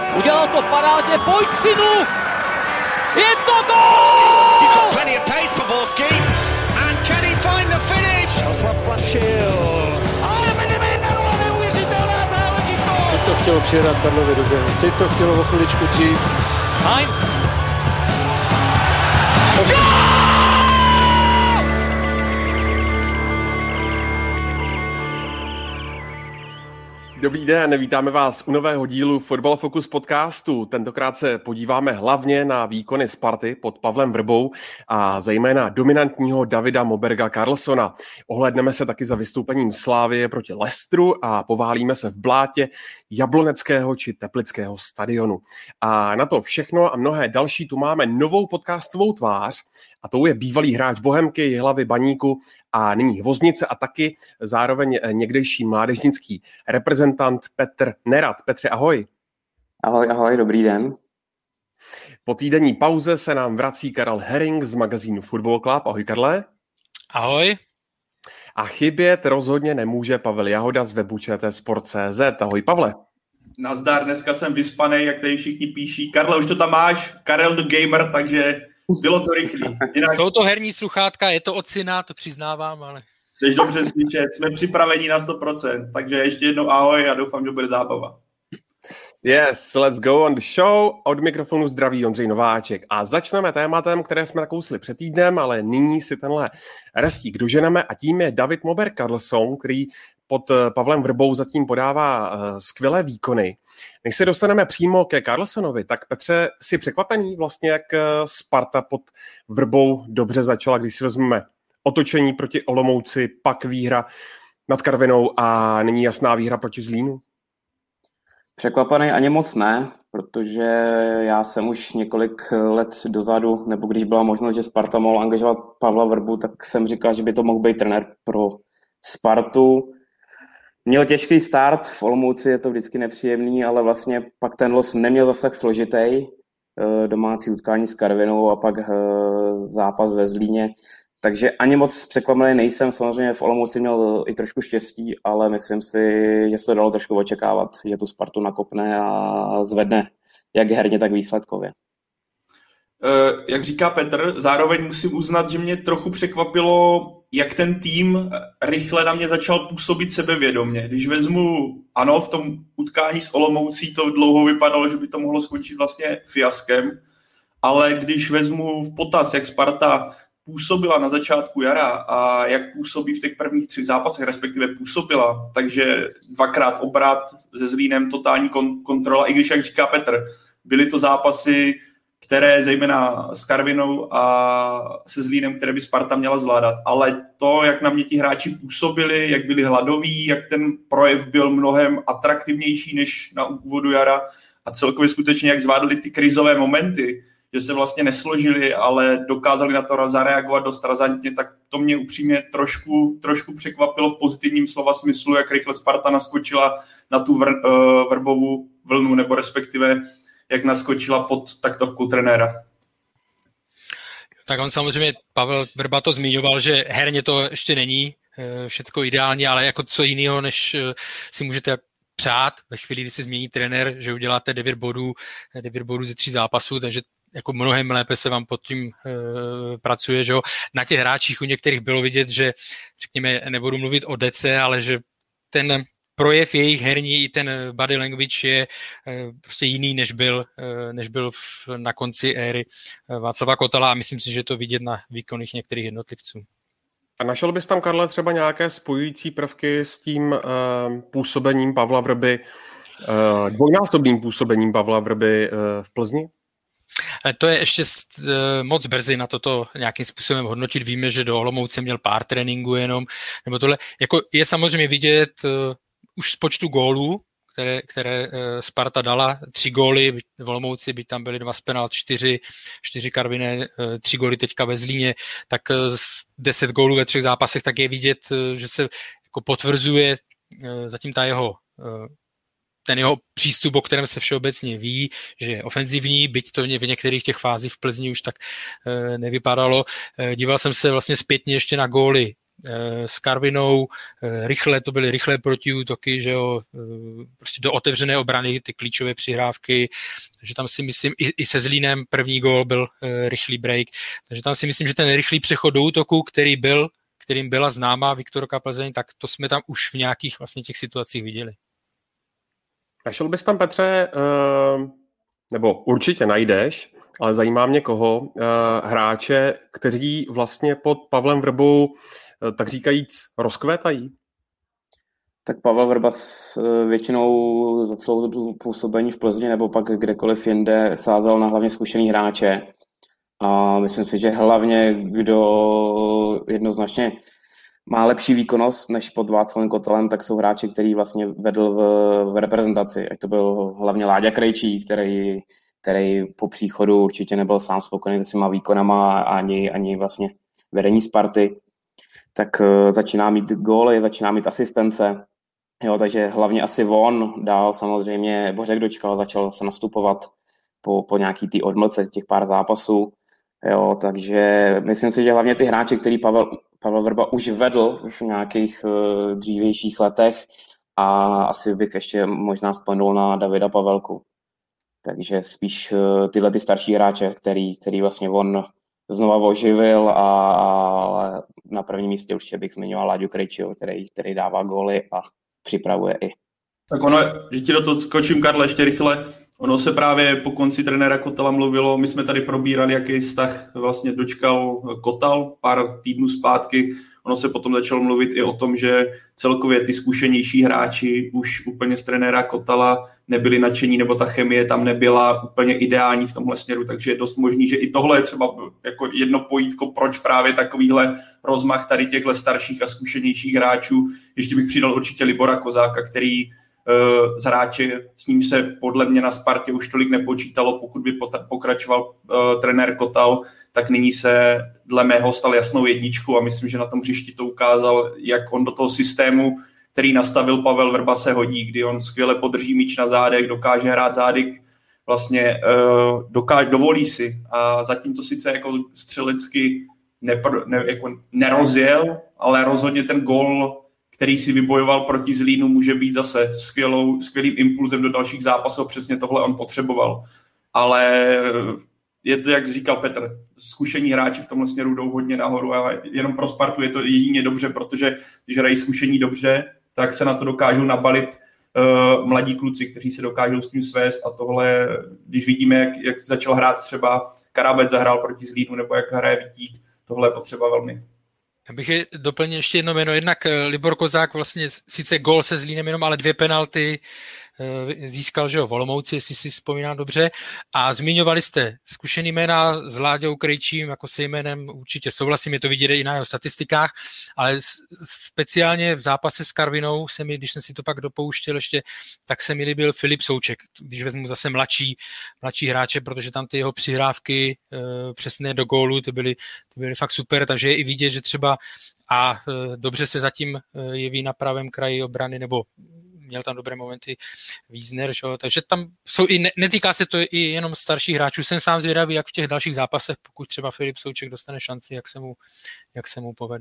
Udělal to parádně, pojď synu! Je to gól! He's got plenty of pace for Borski. And can he find the finish? Ale Mediménerová neuvěřitelná záležitost! Teď to chtělo přijedat Karlovi do běhu, teď to chtělo o chviličku dřív. Heinz! Dobrý den, vítáme vás u nového dílu Fotbal Focus podcastu. Tentokrát se podíváme hlavně na výkony Sparty pod Pavlem Vrbou a zejména dominantního Davida Moberga Karlssona. Ohlédneme se taky za vystoupením Slavie proti Leicesteru a poválíme se v blátě Jabloneckého či Teplického stadionu. A na to všechno a mnohé další tu máme novou podcastovou tvář, a tou je bývalý hráč Bohemky, Jihlavy, Baníku a nyní Hvoznice a taky zároveň někdejší mládežnický reprezentant Petr Nerad. Petře, ahoj. Ahoj, dobrý den. Po týdenní pauze se nám vrací Karel Herring z magazínu Football Club. Ahoj, Karle. Ahoj. A chybět rozhodně nemůže Pavel Jahoda z webu čtsport.cz. Ahoj, Pavle. Nazdar, dneska jsem vyspanej, jak tady všichni píší. Karle, už to tam máš, Karel the Gamer, takže bylo to rychlý. Jinak... Jsou to herní sluchátka, je to od syna, to přiznávám, ale... Jsi dobře slyšet, jsme připraveni na 100%, takže ještě jednou ahoj a doufám, že bude zábava. Yes, let's go on the show. Od mikrofonu zdraví Ondřej Nováček. A začneme tématem, které jsme nakousli před týdnem, ale nyní si tenhle restík doženeme a tím je David Moberg Karlsson, který pod Pavlem Vrbou zatím podává skvělé výkony. Než se dostaneme přímo ke Karlssonovi, tak Petře, jsi překvapený vlastně, jak Sparta pod Vrbou dobře začala, když si vezmeme otočení proti Olomouci, pak výhra nad Karvinou a nyní jasná výhra proti Zlínu? Překvapený ani moc ne, protože já jsem už několik let dozadu, nebo když byla možnost, že Sparta mohl angažovat Pavla Vrbu, tak jsem říkal, že by to mohl být trenér pro Spartu. Měl těžký start, v Olomouci je to vždycky nepříjemný, ale vlastně pak ten los neměl zase tak složitý. Domácí utkání s Karvinou a pak zápas ve Zlíně. Takže ani moc překvapený nejsem, samozřejmě v Olomouci měl i trošku štěstí, ale myslím si, že se to dalo trošku očekávat, že tu Spartu nakopne a zvedne jak herně, tak výsledkově. Jak říká Petr, zároveň musím uznat, že mě trochu překvapilo, jak ten tým rychle na mě začal působit sebevědomě. Když vezmu, ano, v tom utkání s Olomoucí to dlouho vypadalo, že by to mohlo skončit vlastně fiaskem, ale když vezmu v potaz, jak Sparta působila na začátku jara a jak působí v těch prvních 3 zápasech, respektive působila, takže 2krát obrat se Zlínem, totální kontrola, i když, jak říká Petr, byly to zápasy, které zejména s Karvinou a se Zlínem, které by Sparta měla zvládat. Ale to, jak na mě ti hráči působili, jak byli hladoví, jak ten projev byl mnohem atraktivnější než na úvodu jara a celkově skutečně, jak zvládli ty krizové momenty, že se vlastně nesložili, ale dokázali na to zareagovat dost razantně, tak to mě upřímně trošku překvapilo v pozitivním slova smyslu, jak rychle Sparta naskočila na tu Vrbovu vlnu, nebo respektive jak naskočila pod taktovkou trenéra. Tak on samozřejmě, Pavel Vrba to zmiňoval, že herně to ještě není všecko ideální, ale jako co jiného, než si můžete přát ve chvíli, kdy se změní trenér, že uděláte 9 bodů ze 3 zápasů, takže jako mnohem lépe se vám pod tím pracuje, že jo. Na těch hráčích u některých bylo vidět, že řekněme, nebudu mluvit o dece, ale že ten projev jejich herní i ten body language je prostě jiný, než byl na konci éry Václava Kotala a myslím si, že je to vidět na výkonech některých jednotlivců. A našel bys tam, Karle, třeba nějaké spojující prvky s tím působením Pavla Vrby, dvojnásobným působením Pavla Vrby v Plzni? To je ještě moc brzy na toto nějakým způsobem hodnotit. Víme, že do Olomouce měl pár tréninků jenom, nebo tohle. Jako je samozřejmě vidět už z počtu gólů, které Sparta dala, 3 góly v Olomouci, byť tam byly 2 z penalt, 4 Karviné, 3 góly teďka ve Zlíně, tak 10 gólů ve 3 zápasech, tak je vidět, že se jako potvrzuje zatím ten jeho přístup, o kterém se všeobecně ví, že je ofenzivní, byť to v některých těch fázích v Plzni už tak nevypadalo. Díval jsem se vlastně zpětně ještě na góly s Karvinou, to byly rychlé protiútoky, že jo, prostě do otevřené obrany ty klíčové přihrávky, takže tam si myslím, i se Zlínem první gól byl rychlý break, takže tam si myslím, že ten rychlý přechod do útoku, kterým byla známá Viktorka Plzeň, tak to jsme tam už v nějakých vlastně těch situacích viděli. Našel bys tam, Petře, nebo určitě najdeš, ale zajímá mě koho, hráče, kteří vlastně pod Pavlem Vrbou, tak říkajíc, rozkvétají? Tak Pavel Vrba většinou za celou tu působení v Plzni nebo pak kdekoliv jinde sázel na hlavně zkušený hráče. A myslím si, že hlavně kdo jednoznačně má lepší výkonnost než pod Václavem Kotelem, tak jsou hráči, který vlastně vedl v reprezentaci. Ať to byl hlavně Láďa Krejčí, který po příchodu určitě nebyl sám spokojený s těma výkonama ani vlastně vedení Sparty. Tak začíná mít góly, začíná mít asistence. Jo, takže hlavně asi on dál samozřejmě Bořek Dočkal, začal se nastupovat po nějaký té odmlce těch pár zápasů. Jo, takže myslím si, že hlavně ty hráči, který Pavel Vrba už vedl v nějakých dřívějších letech a asi bych ještě možná vzpomenul na Davida Pavelku. Takže spíš tyhle ty starší hráče, který vlastně on znova oživil a na prvním místě určitě bych zmiňoval Láďu Krejčího, který dává góly a připravuje i. Tak ono, že ti do toho skočím, Karle, ještě rychle. Ono se právě po konci trenéra Kotala mluvilo, my jsme tady probírali, jaký vztah vlastně Dočkal Kotal pár týdnů zpátky. Ono se potom začalo mluvit i o tom, že celkově ty zkušenější hráči už úplně z trenéra Kotala nebyli nadšení, nebo ta chemie tam nebyla úplně ideální v tomhle směru, takže je dost možný, že i tohle je třeba jako jedno pojítko, proč právě takovýhle rozmach tady těchto starších a zkušenějších hráčů. Ještě bych přidal určitě Libora Kozáka, který z hráče, s ním se podle mě na Spartě už tolik nepočítalo, pokud by pokračoval trenér Kotal, tak nyní se dle mého stal jasnou jedničkou a myslím, že na tom hřišti to ukázal, jak on do toho systému, který nastavil Pavel Vrba, se hodí, kdy on skvěle podrží míč na zádech, dokáže hrát zády, vlastně dovolí si a zatím to sice jako střelecky jako nerozjel, ale rozhodně ten gól, který si vybojoval proti Zlínu, může být zase skvělým impulzem do dalších zápasů. Přesně tohle on potřeboval. Ale je to, jak říkal Petr, zkušení hráči v tomhle směru jdou hodně nahoru a jenom pro Spartu je to jedině dobře, protože když hrají zkušení dobře, tak se na to dokážou nabalit mladí kluci, kteří se dokážou s tím svést a tohle, když vidíme, jak začal hrát třeba Karabec, zahrál proti Zlínu, nebo jak hraje Vítík, tohle je potřeba velmi. Já bych je doplnil ještě jedno jméno. Jednak Libor Kozák vlastně sice gól se Zlínem jenom, ale 2 penalty získal, že jo, v Olomouci, jestli si vzpomínám dobře. A zmiňovali jste zkušený jména s Láďou Krejčím, jako se jménem určitě souhlasím, je to vidět i na jeho statistikách, ale speciálně v zápase s Karvinou když jsem si to pak dopouštěl ještě, tak se mi líbil Filip Souček, když vezmu zase mladší hráče, protože tam ty jeho přihrávky přesné do gólu, ty byly fakt super, takže je i vidět, že třeba dobře se zatím jeví na pravém kraji obrany, nebo měl tam dobré momenty Wiesner, takže tam jsou netýká se to i jenom starších hráčů. Jsem sám zvědavý, jak v těch dalších zápasech, pokud třeba Filip Souček dostane šanci, jak se mu povede.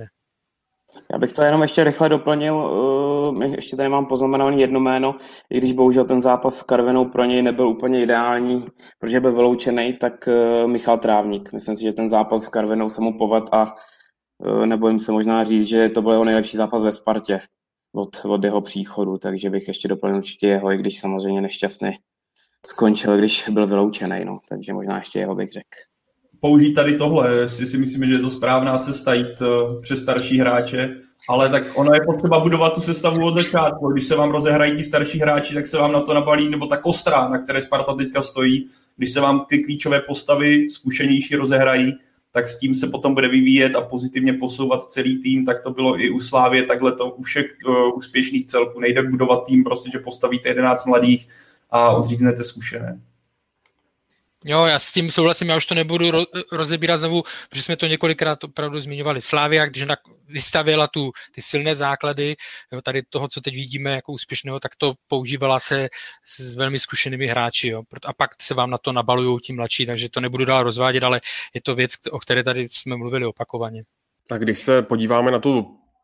Já bych to jenom ještě rychle doplnil, ještě tady mám poznamenané jedno jméno, i když bohužel ten zápas s Karvinou pro něj nebyl úplně ideální, protože byl vyloučený, tak Michal Trávník. Myslím si, že ten zápas s Karvinou se mu povedl a nebojím se možná říct, že to byl jeho nejlepší zápas ve Spartě od jeho příchodu, takže bych ještě doplnil určitě jeho, i když samozřejmě nešťastně skončil, když byl vyloučený, no, takže možná ještě jeho bych řekl. Použít tady tohle, jestli si myslíme, že je to správná cesta jít přes starší hráče, ale tak ono je potřeba budovat tu sestavu od začátku. Když se vám rozehrají ti starší hráči, tak se vám na to nabalí, nebo ta kostra, na které Sparta teďka stojí, když se vám ty klíčové postavy zkušenější rozehrají, tak s tím se potom bude vyvíjet a pozitivně posouvat celý tým, tak to bylo i u Slávie, takhle to u všech úspěšných celků. Nejde budovat tým, prostě, že postavíte 11 mladých a odříznete zkušené. Jo, já s tím souhlasím, já už to nebudu rozebírat znovu, protože jsme to několikrát opravdu zmiňovali. Slávia, když vystavěla ty silné základy, jo, tady toho, co teď vidíme jako úspěšného, tak to používala se s velmi zkušenými hráči. Jo, a pak se vám na to nabalují ti mladší, takže to nebudu dál rozvádět, ale je to věc, o které tady jsme mluvili opakovaně. Tak když se podíváme na tu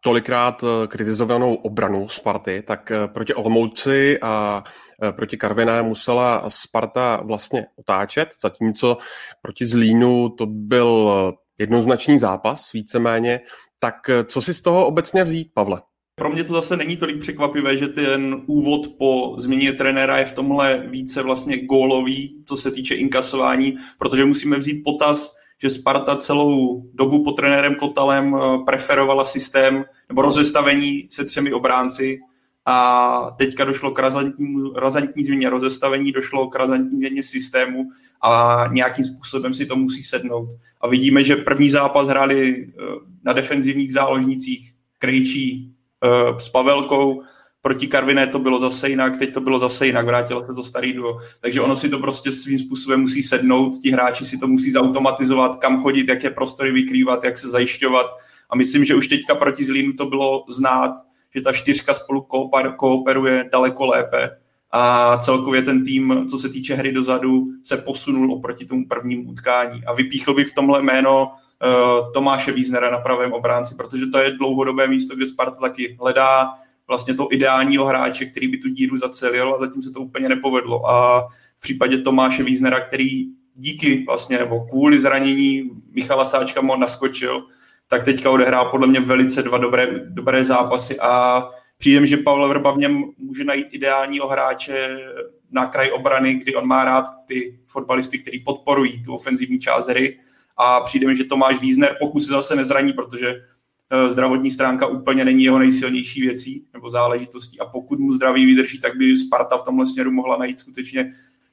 tolikrát kritizovanou obranu Sparty, tak proti Olomouci a proti Karviné musela Sparta vlastně otáčet, zatímco proti Zlínu to byl jednoznačný zápas, víceméně. Tak co si z toho obecně vzít, Pavle? Pro mě to zase není tolik překvapivé, že ten úvod po změně trenéra je v tomhle více vlastně gólový, co se týče inkasování, protože musíme vzít potaz, že Sparta celou dobu pod trenérem Kotalem preferovala systém nebo rozestavení se 3 obránci a teďka došlo k razantní změně rozestavení, došlo k razantní změně systému a nějakým způsobem si to musí sednout. A vidíme, že první zápas hráli na defenzivních záložnících Krejčí s Pavelkou, proti Karviné to bylo zase jinak, teď to bylo zase jinak, vrátilo se to starý duo. Takže ono si to prostě svým způsobem musí sednout, ti hráči si to musí zautomatizovat, kam chodit, jaké prostory vykrývat, jak se zajišťovat. A myslím, že už teďka proti Zlínu to bylo znát, že ta 4 spolu kooperuje daleko lépe. A celkově ten tým, co se týče hry dozadu, se posunul oproti tomu prvnímu utkání. A vypíchl bych v tomhle jméno Tomáše Wiesnera na pravém obránci, protože to je dlouhodobé místo, kde Sparta taky hledá vlastně to ideálního hráče, který by tu díru zacelil a zatím se to úplně nepovedlo. A v případě Tomáše Wiesnera, který díky vlastně nebo kvůli zranění Michala Sáčka naskočil, tak teďka odehrál podle mě velice 2 dobré zápasy a přijde, že Pavel Vrba v něm může najít ideálního hráče na kraj obrany, kdy on má rád ty fotbalisty, kteří podporují tu ofenzivní část hry a přijde mi, že Tomáš Wiesner, pokud se zase nezraní, protože zdravotní stránka úplně není jeho nejsilnější věcí nebo záležitostí a pokud mu zdraví vydrží, tak by Sparta v tomhle směru mohla najít skutečně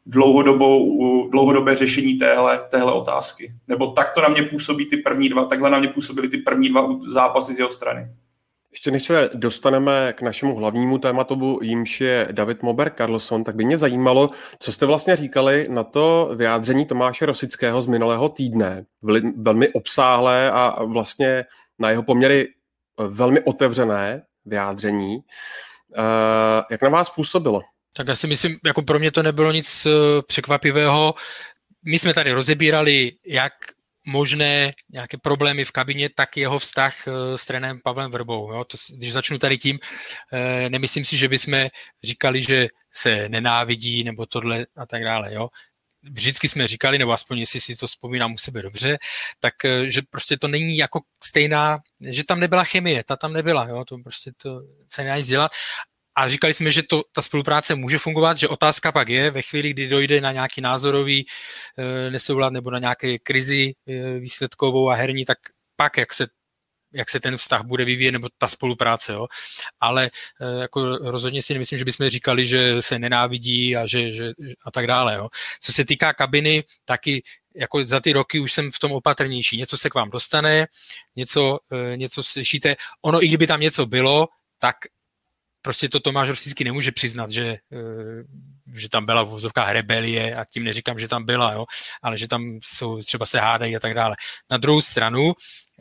dlouhodobé řešení téhle otázky. Nebo takhle na mě působily ty první 2 zápasy z jeho strany. Ještě než se dostaneme k našemu hlavnímu tématu, jímž je David Mober Karlsson, tak by mě zajímalo, co jste vlastně říkali na to vyjádření Tomáše Rosického z minulého týdne. Velmi obsáhlé a vlastně na jeho poměry velmi otevřené vyjádření. Jak na vás působilo? Tak já si myslím, jako pro mě to nebylo nic překvapivého. My jsme tady rozebírali, jak možné nějaké problémy v kabině, tak jeho vztah s trenérem Pavlem Vrbou. Jo? To, když začnu tady tím, nemyslím si, že bychom říkali, že se nenávidí nebo tohle a tak dále. Jo? Vždycky jsme říkali, nebo aspoň jestli si to vzpomínám u sebe dobře, tak že prostě to není jako stejná, že tam nebyla chemie, ta tam nebyla, jo? To prostě to se nedá nic dělat. A říkali jsme, že ta spolupráce může fungovat, že otázka pak je ve chvíli, kdy dojde na nějaký názorový nesoulad nebo na nějaké krizi výsledkovou a herní, tak pak, jak se ten vztah bude vyvíjet, nebo ta spolupráce. Jo? Ale jako rozhodně si nemyslím, že bychom říkali, že se nenávidí a, že a tak dále. Jo? Co se týká kabiny, taky jako za ty roky už jsem v tom opatrnější. Něco se k vám dostane, něco slyšíte. Ono, i kdyby tam něco bylo, tak prostě to Tomáš Rosický nemůže přiznat, že tam byla v vozovkách rebelie a tím neříkám, že tam byla, jo, ale že tam jsou třeba se hádají a tak dále. Na druhou stranu,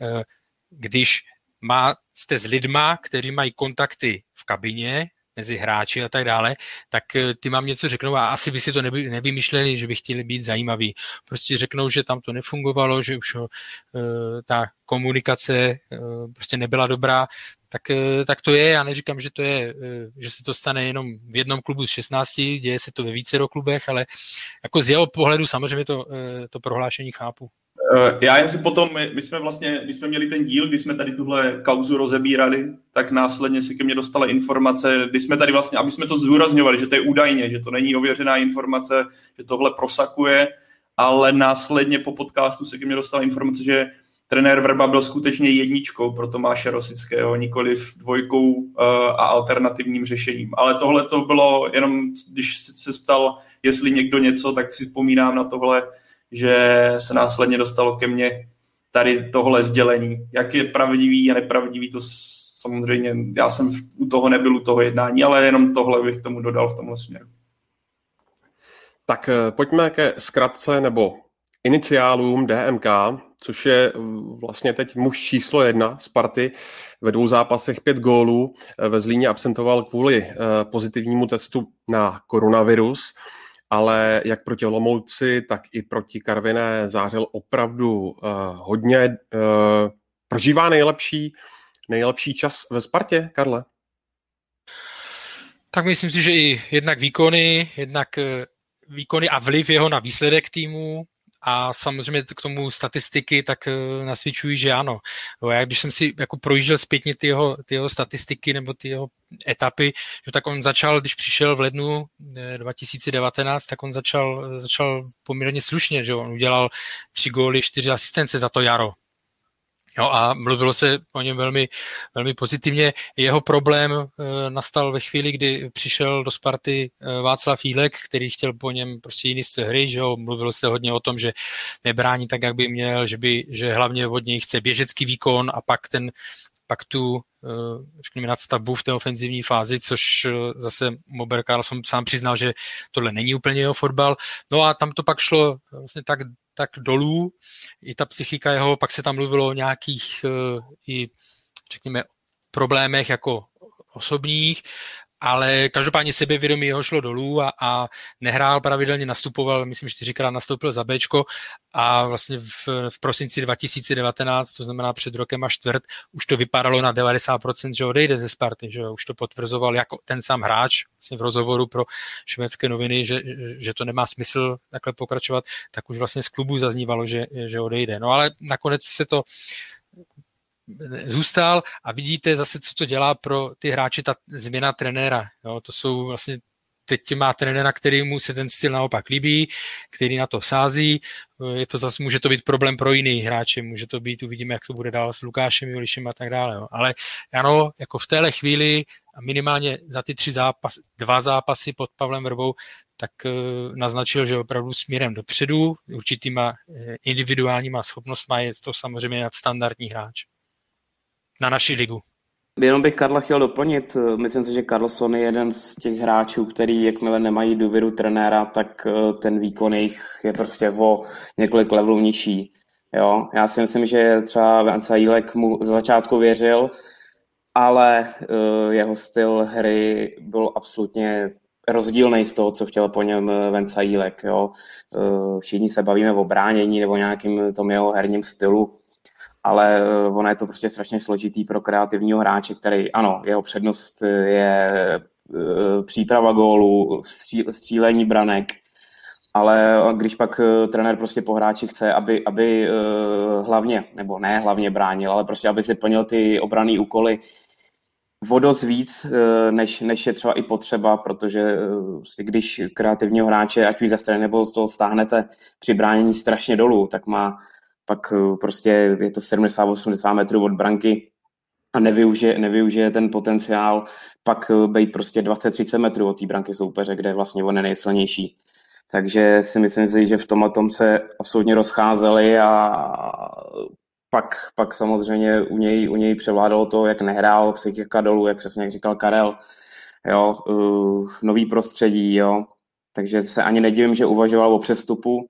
když jste s lidma, kteří mají kontakty v kabině, mezi hráči a tak dále, tak ty mám něco řeknou a asi by si to nevymýšleli, že by chtěli být zajímaví. Prostě řeknou, že tam to nefungovalo, že už ta komunikace prostě nebyla dobrá, tak to je. Já neříkám, že to je, že se to stane jenom v jednom klubu z 16, děje se to ve vícero klubech, ale jako z jeho pohledu samozřejmě to prohlášení chápu. Já jen si potom, my jsme vlastně, když jsme měli ten díl, kdy jsme tady tuhle kauzu rozebírali, tak následně se ke mně dostala informace, kdy jsme tady vlastně, aby jsme to zdůrazňovali, že to je údajně, že to není ověřená informace, že tohle prosakuje, ale následně po podcastu se ke mně dostala informace, že trenér Vrba byl skutečně jedničkou pro Tomáše Rosického, nikoliv dvojkou a alternativním řešením. Ale tohle to bylo jenom, když se ptal, jestli někdo něco, tak si vzpomínám na tohle, že se následně dostalo ke mně tady tohle sdělení. Jak je pravdivý a nepravdivý, to samozřejmě, já jsem u toho nebyl, u toho jednání, ale jenom tohle bych k tomu dodal v tomhle směru. Tak pojďme ke zkratce nebo iniciálům DMK, což je vlastně teď muž číslo 1 Sparty. Ve 2 zápasech 5 gólů. Ve Zlíně absentoval kvůli pozitivnímu testu na koronavirus, ale jak proti Olomouci, tak i proti Karviné zářil opravdu hodně. Prožívá nejlepší nejlepší čas ve Spartě, Karle? Tak myslím si, že i jednak výkony a vliv jeho na výsledek týmu a samozřejmě k tomu statistiky, tak nasvědčují, že ano. Já když jsem si jako projížděl zpětně ty jeho statistiky nebo ty jeho etapy, že tak on začal, když přišel v lednu 2019, tak on začal poměrně slušně, že on udělal 3 góly, 4 asistence za to jaro. Jo, a mluvilo se o něm velmi, velmi pozitivně. Jeho problém nastal ve chvíli, kdy přišel do Sparty Václav Jílek, který chtěl po něm prostě jiný styl hry, že jo, mluvilo se hodně o tom, že nebrání tak, jak by měl, že hlavně od něj chce běžecký výkon a pak tu, řekněme, nadstavbu v té ofenzivní fázi, což zase Mober Karlsson sám přiznal, že tohle není úplně jeho fotbal. No a tam to pak šlo vlastně tak dolů, i ta psychika jeho, pak se tam mluvilo o nějakých i, řekněme, problémech jako osobních, ale každopádně sebevědomí jeho šlo dolů a nehrál pravidelně, nastupoval, myslím, 4krát nastoupil za Bčko a vlastně v prosinci 2019, to znamená před rokem a čtvrt, už to vypadalo na 90%, že odejde ze Sparty, že už to potvrzoval jako ten sám hráč vlastně v rozhovoru pro švédské noviny, že to nemá smysl takhle pokračovat, tak už vlastně z klubu zaznívalo, že odejde. No ale nakonec se to zůstal a vidíte zase, co to dělá pro ty hráče, ta změna trenéra. Jo, to jsou vlastně, teď má trenéra, který mu se ten styl naopak líbí, který na to sází. Může to být problém pro jiný hráče, může to být, uvidíme, jak to bude dál s Lukášem, Julišem a tak dále. Jo. Ale ano, jako v téhle chvíli a minimálně za ty 2 zápasy pod Pavlem Vrbou, tak naznačil, že opravdu směrem dopředu, určitýma individuálníma schopnostma je to samozřejmě nadstandardní hráč na naši ligu. Jenom bych Karla chtěl doplnit. Myslím si, že Karlsson je jeden z těch hráčů, který jakmile nemají důvěru trenéra, tak ten výkon jejich je prostě o několik levelů nižší. Jo? Já si myslím, že třeba Vence Jílek mu za začátku věřil, ale jeho styl hry byl absolutně rozdílný z toho, co chtěl po něm Vence Jílek. Jo? Všichni se bavíme o bránění nebo nějakým tom jeho herním stylu, ale ono je to prostě strašně složitý pro kreativního hráče, který, ano, jeho přednost je příprava gólů, střílení branek, ale když pak trenér prostě po hráči chce, aby hlavně, nebo ne hlavně bránil, ale prostě aby si plnil ty obranné úkoly o dost víc, než je třeba i potřeba, protože když kreativního hráče, ať už ze strany nebo z toho stáhnete při bránění strašně dolů, tak má pak prostě je to 70-80 metrů od branky a nevyužije ten potenciál, pak být prostě 20-30 metrů od té branky soupeře, kde vlastně on je nejsilnější. Takže si myslím, že v tom se absolutně rozcházeli a pak samozřejmě u něj převládalo to, jak nehrál, psychika dolů, jak přesně jak říkal Karel, jo, nový prostředí, jo. Takže se ani nedivím, že uvažoval o přestupu.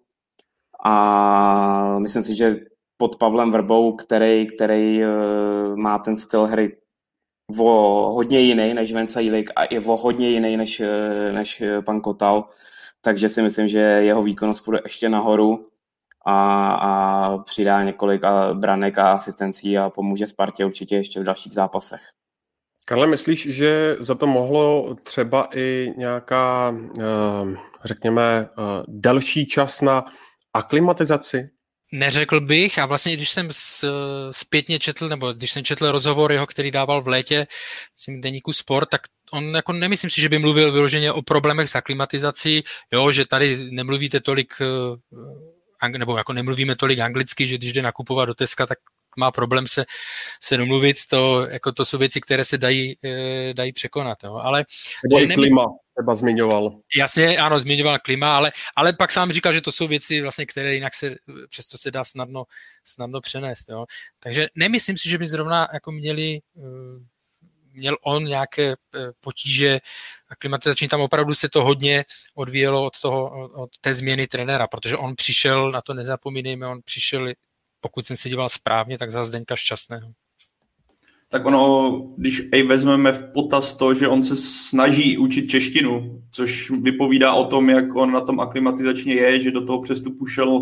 A myslím si, že pod Pavlem Vrbou, který má ten styl hry hodně jiný než Vence Jílek a je hodně jiný než pan Kotal, takže si myslím, že jeho výkonnost půjde ještě nahoru a přidá několik branek a asistencí a pomůže Spartě určitě ještě v dalších zápasech. Karle, myslíš, že za to mohlo třeba i nějaká, řekněme, delší čas na aklimatizaci? Neřekl bych a vlastně když jsem zpětně četl, nebo když jsem četl rozhovor jeho, který dával v létě v deníku Sport, tak on jako nemyslím si, že by mluvil vyloženě o problémech s aklimatizací, jo, že tady nemluvíte tolik, nebo jako nemluvíme tolik anglicky, že když jde nakupovat do Teska, tak má problém se domluvit, to jsou věci, které se dají překonat. Jo. Ale klima třeba zmiňoval. Jasně, ano, zmiňoval klima, ale pak sám říkal, že to jsou věci, vlastně, které jinak přesto se dá snadno přenést. Jo. Takže nemyslím si, že by zrovna jako měl on nějaké potíže aklimatizační, tam opravdu se to hodně odvíjelo od té změny trenéra, protože on přišel, na to nezapomínejme, on přišel, pokud jsem se díval správně, tak za Zdeňka Šťastného. Tak ono, když vezmeme v potaz to, že on se snaží učit češtinu, což vypovídá o tom, jak on na tom aklimatizačně je, že do toho přestupu šel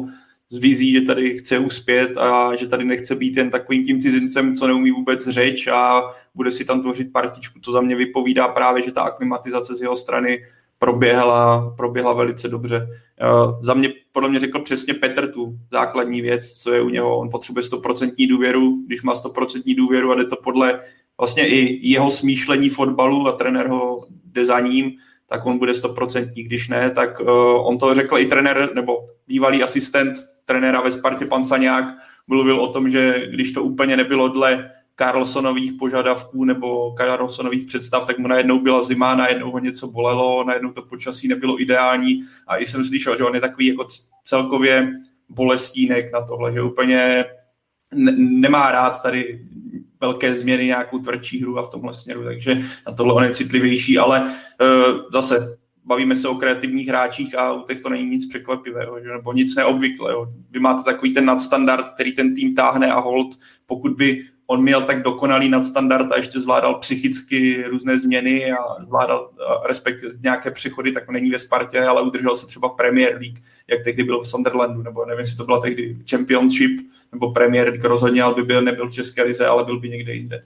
s vizí, že tady chce uspět a že tady nechce být jen takovým tím cizincem, co neumí vůbec řeč a bude si tam tvořit partičku. To za mě vypovídá právě, že ta aklimatizace z jeho strany proběhla velice dobře. Za mě, podle mě řekl přesně Petr tu základní věc, co je u něho. On potřebuje 100% důvěru, když má 100% důvěru a jde to podle vlastně i jeho smýšlení fotbalu a trenér ho jde za ním, tak on bude 100%, když ne, tak on to řekl i trenér, nebo bývalý asistent trenéra ve Spartě, pan Saňák, mluvil o tom, že když to úplně nebylo dle Carlsonových požadavků nebo Carlsonových představ, tak mu najednou byla zima, najednou ho něco bolelo, najednou to počasí nebylo ideální a i jsem slyšel, že on je takový jako celkově bolestínek na tohle, že úplně nemá rád tady velké změny, nějakou tvrdší hru a v tomhle směru, takže na tohle on je citlivější, ale zase bavíme se o kreativních hráčích a u těch to není nic překvapivého, že? Nebo nic neobvyklého. Vy máte takový ten nadstandard, který ten tým táhne a hold, pokud by on měl tak dokonalý nadstandard a ještě zvládal psychicky různé změny a zvládal respektive nějaké přechody, tak není ve Spartě, ale udržel se třeba v Premier League, jak tehdy bylo v Sunderlandu, nebo nevím, jestli to byla tehdy Championship nebo Premier League rozhodně, ale nebyl v České lize, ale byl by někde jinde.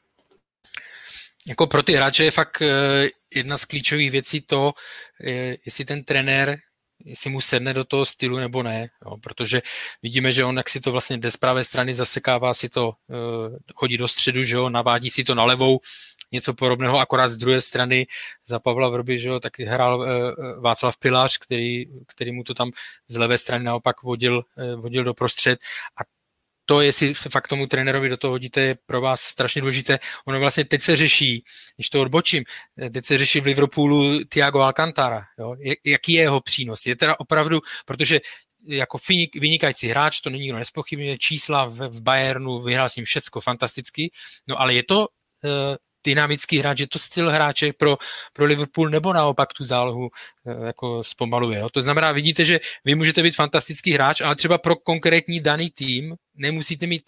Jako pro ty hráče je fakt jedna z klíčových věcí to, jestli ten trenér, jestli mu sedne do toho stylu nebo ne, jo, protože vidíme, že on jak si to vlastně jde z pravé strany, zasekává si to, chodí do středu, že jo, navádí si to na levou, něco podobného, akorát z druhé strany za Pavla Vrby, že jo, tak hrál Václav Pilář, který mu to tam z levé strany naopak vodil do prostřed a to, jestli se fakt tomu trenérovi do toho hodíte, je pro vás strašně důležité. Ono vlastně teď se řeší, když to odbočím, teď se řeší v Liverpoolu Thiago Alcantara. Jo? Jaký je jeho přínos? Je teda opravdu, protože jako vynikající hráč, to nikdo nezpochybňuje, čísla v Bayernu, vyhrál s ním všecko fantasticky, no ale je to dynamický hráč, je to styl hráče pro Liverpool nebo naopak tu zálohu jako zpomaluje. Jo? To znamená, vidíte, že vy můžete být fantastický hráč, ale třeba pro konkrétní daný tým nemusíte mít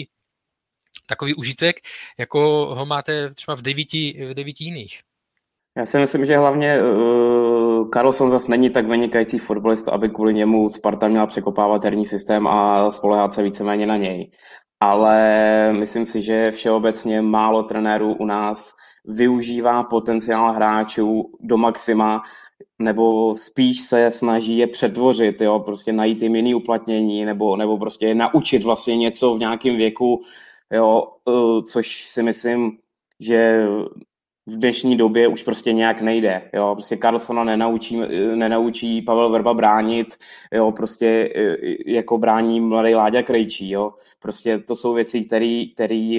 takový užitek, jako ho máte třeba v 9 jiných. Já si myslím, že hlavně Carlson zase není tak vynikající fotbalista, aby kvůli němu Sparta měla překopávat herní systém a spoléhat se víceméně na něj. Ale myslím si, že všeobecně málo trenérů u nás využívá potenciál hráčů do maxima, nebo spíš se snaží je přetvořit, jo, prostě najít jim jiný uplatnění, nebo prostě je naučit vlastně něco v nějakém věku, jo, což si myslím, že v dnešní době už prostě nějak nejde, jo, prostě Carlsona nenaučí Pavel Vrba bránit, jo, prostě jako brání mladý Láďa Krejčí, jo, prostě to jsou věci, které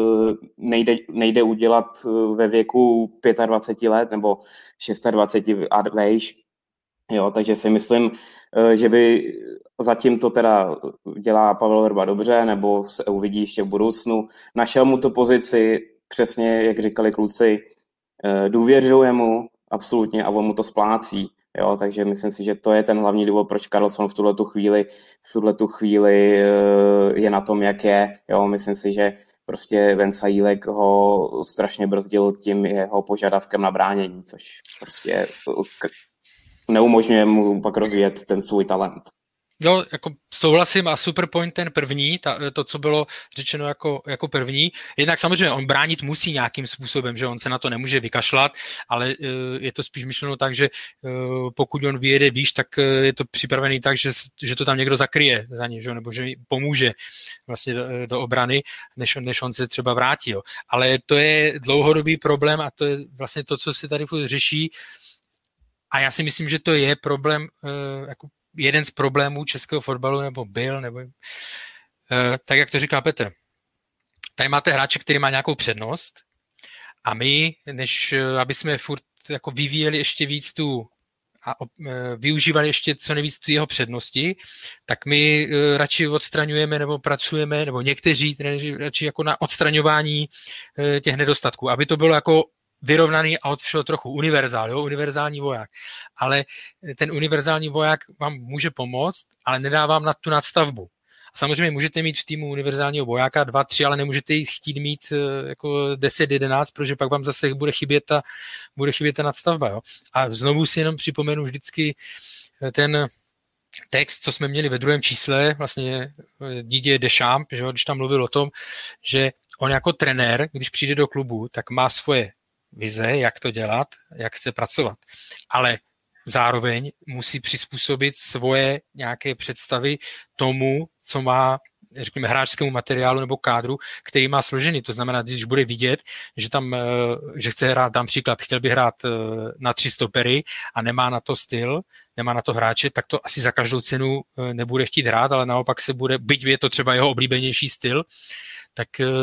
nejde udělat ve věku 25 let nebo 26 a vejš, jo, takže si myslím, že by zatím to teda dělá Pavel Vrba dobře, nebo se uvidí ještě v budoucnu, našel mu tu pozici, přesně, jak říkali kluci, důvěřuje mu absolutně a on mu to splácí. Jo, takže myslím si, že to je ten hlavní důvod, proč Carlson v tuhletu chvíli je na tom, jak je. Jo, myslím si, že prostě Venca Jílek ho strašně brzdil tím jeho požadavkem na bránění, což prostě neumožňuje mu pak rozvíjet ten svůj talent. Jo, jako souhlasím a super point ten první, to, co bylo řečeno jako první. Jednak samozřejmě on bránit musí nějakým způsobem, že on se na to nemůže vykašlat, ale je to spíš myšleno tak, že pokud on vyjede výš, tak je to připravený tak, že to tam někdo zakryje za něj, že? Nebo že pomůže vlastně do obrany, než on se třeba vrátí. Jo. Ale to je dlouhodobý problém a to je vlastně to, co se tady řeší. A já si myslím, že to je problém jako jeden z problémů českého fotbalu, nebo byl, nebo tak, jak to říká Petr. Tady máte hráče, který má nějakou přednost a my, než aby jsme furt jako vyvíjeli ještě víc a využívali ještě co nejvíc jeho přednosti, tak my radši odstraňujeme nebo pracujeme, nebo někteří radši jako na odstraňování těch nedostatků, aby to bylo jako vyrovnaný a od všeho trochu univerzální voják. Ale ten univerzální voják vám může pomoct, ale nedá vám na tu nadstavbu. A samozřejmě můžete mít v týmu univerzálního vojáka 2, 3, ale nemůžete jich chtít mít jako 10, 11, protože pak vám zase bude chybět ta nadstavba. Jo? A znovu si jenom připomenu vždycky ten text, co jsme měli ve druhém čísle, vlastně Didier Deschamps, že, když tam mluvil o tom, že on jako trenér, když přijde do klubu, tak má svoje vize, jak to dělat, jak chce pracovat. Ale zároveň musí přizpůsobit svoje nějaké představy tomu, co má, řekněme, hráčskému materiálu nebo kádru, který má složený. To znamená, když bude vidět, že chce hrát, dám příklad, chtěl by hrát na 3 stopery a nemá na to styl, nemá na to hráče, tak to asi za každou cenu nebude chtít hrát, ale naopak se bude, byť je to třeba jeho oblíbenější styl, tak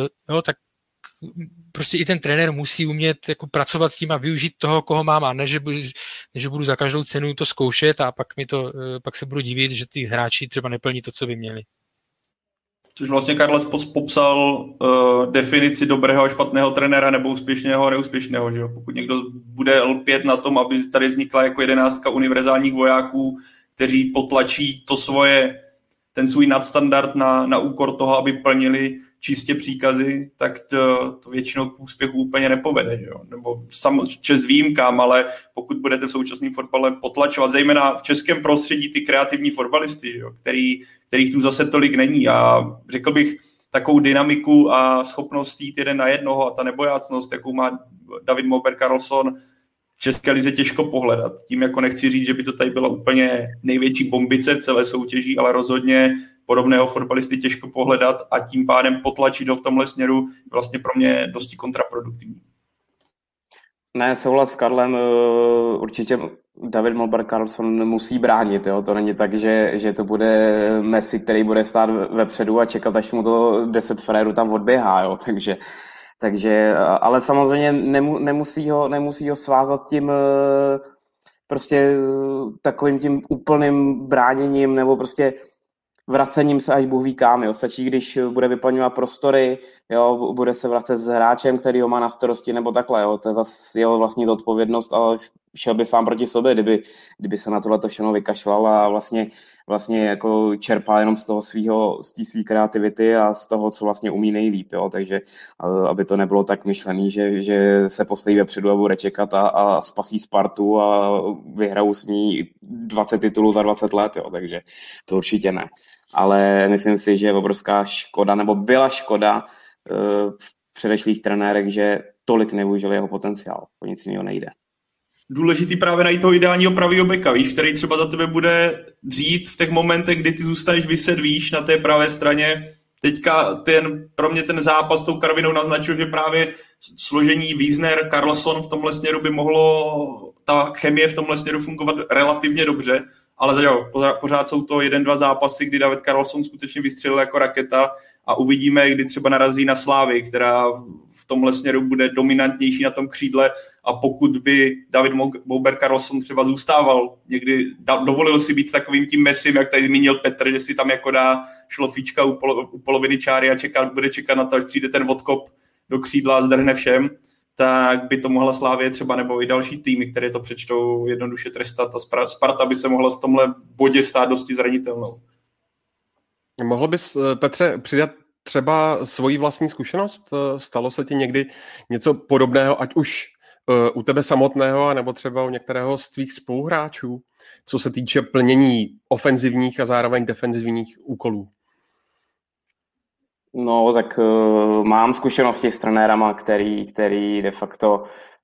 prostě i ten trenér musí umět jako pracovat s tím a využít toho, koho mám, a ne, že budu za každou cenu to zkoušet a pak se budu divit, že ty hráči třeba neplní to, co by měli. Což vlastně Carles popsal definici dobrého a špatného trenéra nebo úspěšného a neúspěšného. Že jo? Pokud někdo bude lpět na tom, aby tady vznikla jako 11 univerzálních vojáků, kteří potlačí ten svůj nadstandard na úkor toho, aby plnili čistě příkazy, tak to většinou k úspěchu úplně nepovede. Že jo? Nebo čest výjimkám, ale pokud budete v současném fotbale potlačovat, zejména v českém prostředí ty kreativní fotbalisty, že jo? Kterých tu zase tolik není. A řekl bych, takovou dynamiku a schopnost jít jeden na jednoho a ta nebojácnost, jakou má David Mober Karlsson, v české lize těžko pohledat. Tím jako nechci říct, že by to tady byla úplně největší bombice v celé soutěži, ale rozhodně podobného fotbalisty těžko pohledat a tím pádem potlačit ho v tomhle směru vlastně pro mě dosti kontraproduktivní. Ne, souhlas s Karlem, určitě David Mober Karlsson musí bránit, jo? To není tak, že to bude Messi, který bude stát vepředu a čekat, až mu to 10 frérů tam odběhá, jo? Takže, ale samozřejmě nemusí ho svázat tím prostě takovým tím úplným bráněním nebo prostě vracením se až Bůh ví kam, jo. Stačí, když bude vyplňovat prostory, jo, bude se vracet s hráčem, který ho má na starosti, nebo takhle, jo. To je zase jeho vlastní zodpovědnost, ale šel by sám proti sobě, kdyby se na tohleto všechno vykašlal a vlastně jako čerpal jenom z té své kreativity a z toho, co vlastně umí nejlíp, jo. Takže aby to nebylo tak myšlený, že se postaví vepředu a bude čekat a spasí Spartu a vyhrajou s ní 20 titulů za 20 let, jo. Takže to určitě ne. Ale myslím si, že je obrovská škoda, nebo byla škoda v předešlých trenérech, že tolik nevyužili jeho potenciál. O nic jiného nejde. Důležitý právě najít toho ideálního pravýho beka, víš, který třeba za tebe bude dřít v těch momentech, kdy ty zůstaneš vyset, víš, na té pravé straně. Teďka pro mě ten zápas s tou Karvinou naznačil, že právě složení Wiesner, Karlsson v tomhle směru by mohlo, ta chemie v tomhle směru fungovat relativně dobře, ale pořád jsou to 1-2 zápasy, kdy David Karlsson skutečně vystřelil jako raketa a uvidíme, kdy třeba narazí na Slávy, která v tomhle směru bude dominantnější na tom křídle, a pokud by David Mober Karlsson třeba zůstával, někdy dovolil si být takovým tím Messim, jak tady zmínil Petr, že si tam jako dá šlofíčka u poloviny čáry a bude čekat na to, až přijde ten odkop do křídla a zdrhne všem, tak by to mohla Slávie třeba nebo i další týmy, které to přečtou, jednoduše trestat a Sparta by se mohla v tomhle bodě stát dosti zranitelnou. Mohl bys, Petře, přidat třeba svoji vlastní zkušenost? Stalo se ti někdy něco podobného, ať už u tebe samotného, nebo třeba u některého z tvých spoluhráčů, co se týče plnění ofenzivních a zároveň defenzivních úkolů? No, tak mám zkušenosti s trenérama, který de facto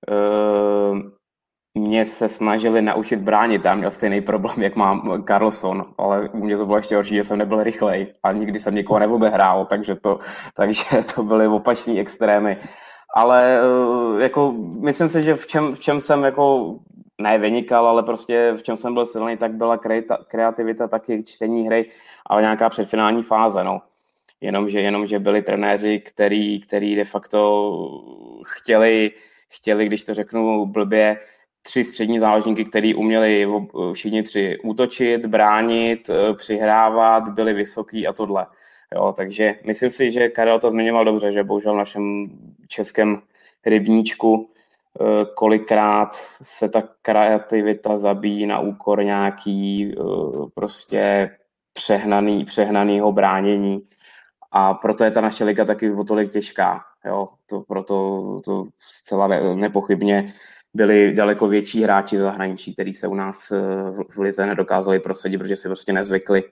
mě se snažili naučit bránit. Já měl stejný problém, jak mám Karlsson, ale u mě to bylo ještě horší, že jsem nebyl rychlej a nikdy jsem někoho neobehrál, takže to byly opačný extrémy. Ale jako myslím si, že v čem jsem jako ne vynikal, ale prostě v čem jsem byl silný, tak byla kreativita, taky čtení hry, ale nějaká předfinální fáze, no. Jenomže byli trenéři, který de facto chtěli, když to řeknu blbě, 3 střední záložníky, který uměli všichni 3 útočit, bránit, přihrávat, byli vysoký a tohle. Jo, takže myslím si, že Karel to zmiňoval dobře, že bohužel v našem českém rybníčku kolikrát se ta kreativita zabíjí na úkor nějaký prostě přehnanýho bránění. A proto je ta naše liga taky o tolik těžká. Jo? Proto to zcela nepochybně byli daleko větší hráči ze zahraničí, kteří se u nás v lize nedokázali prosadit, protože si prostě nezvykli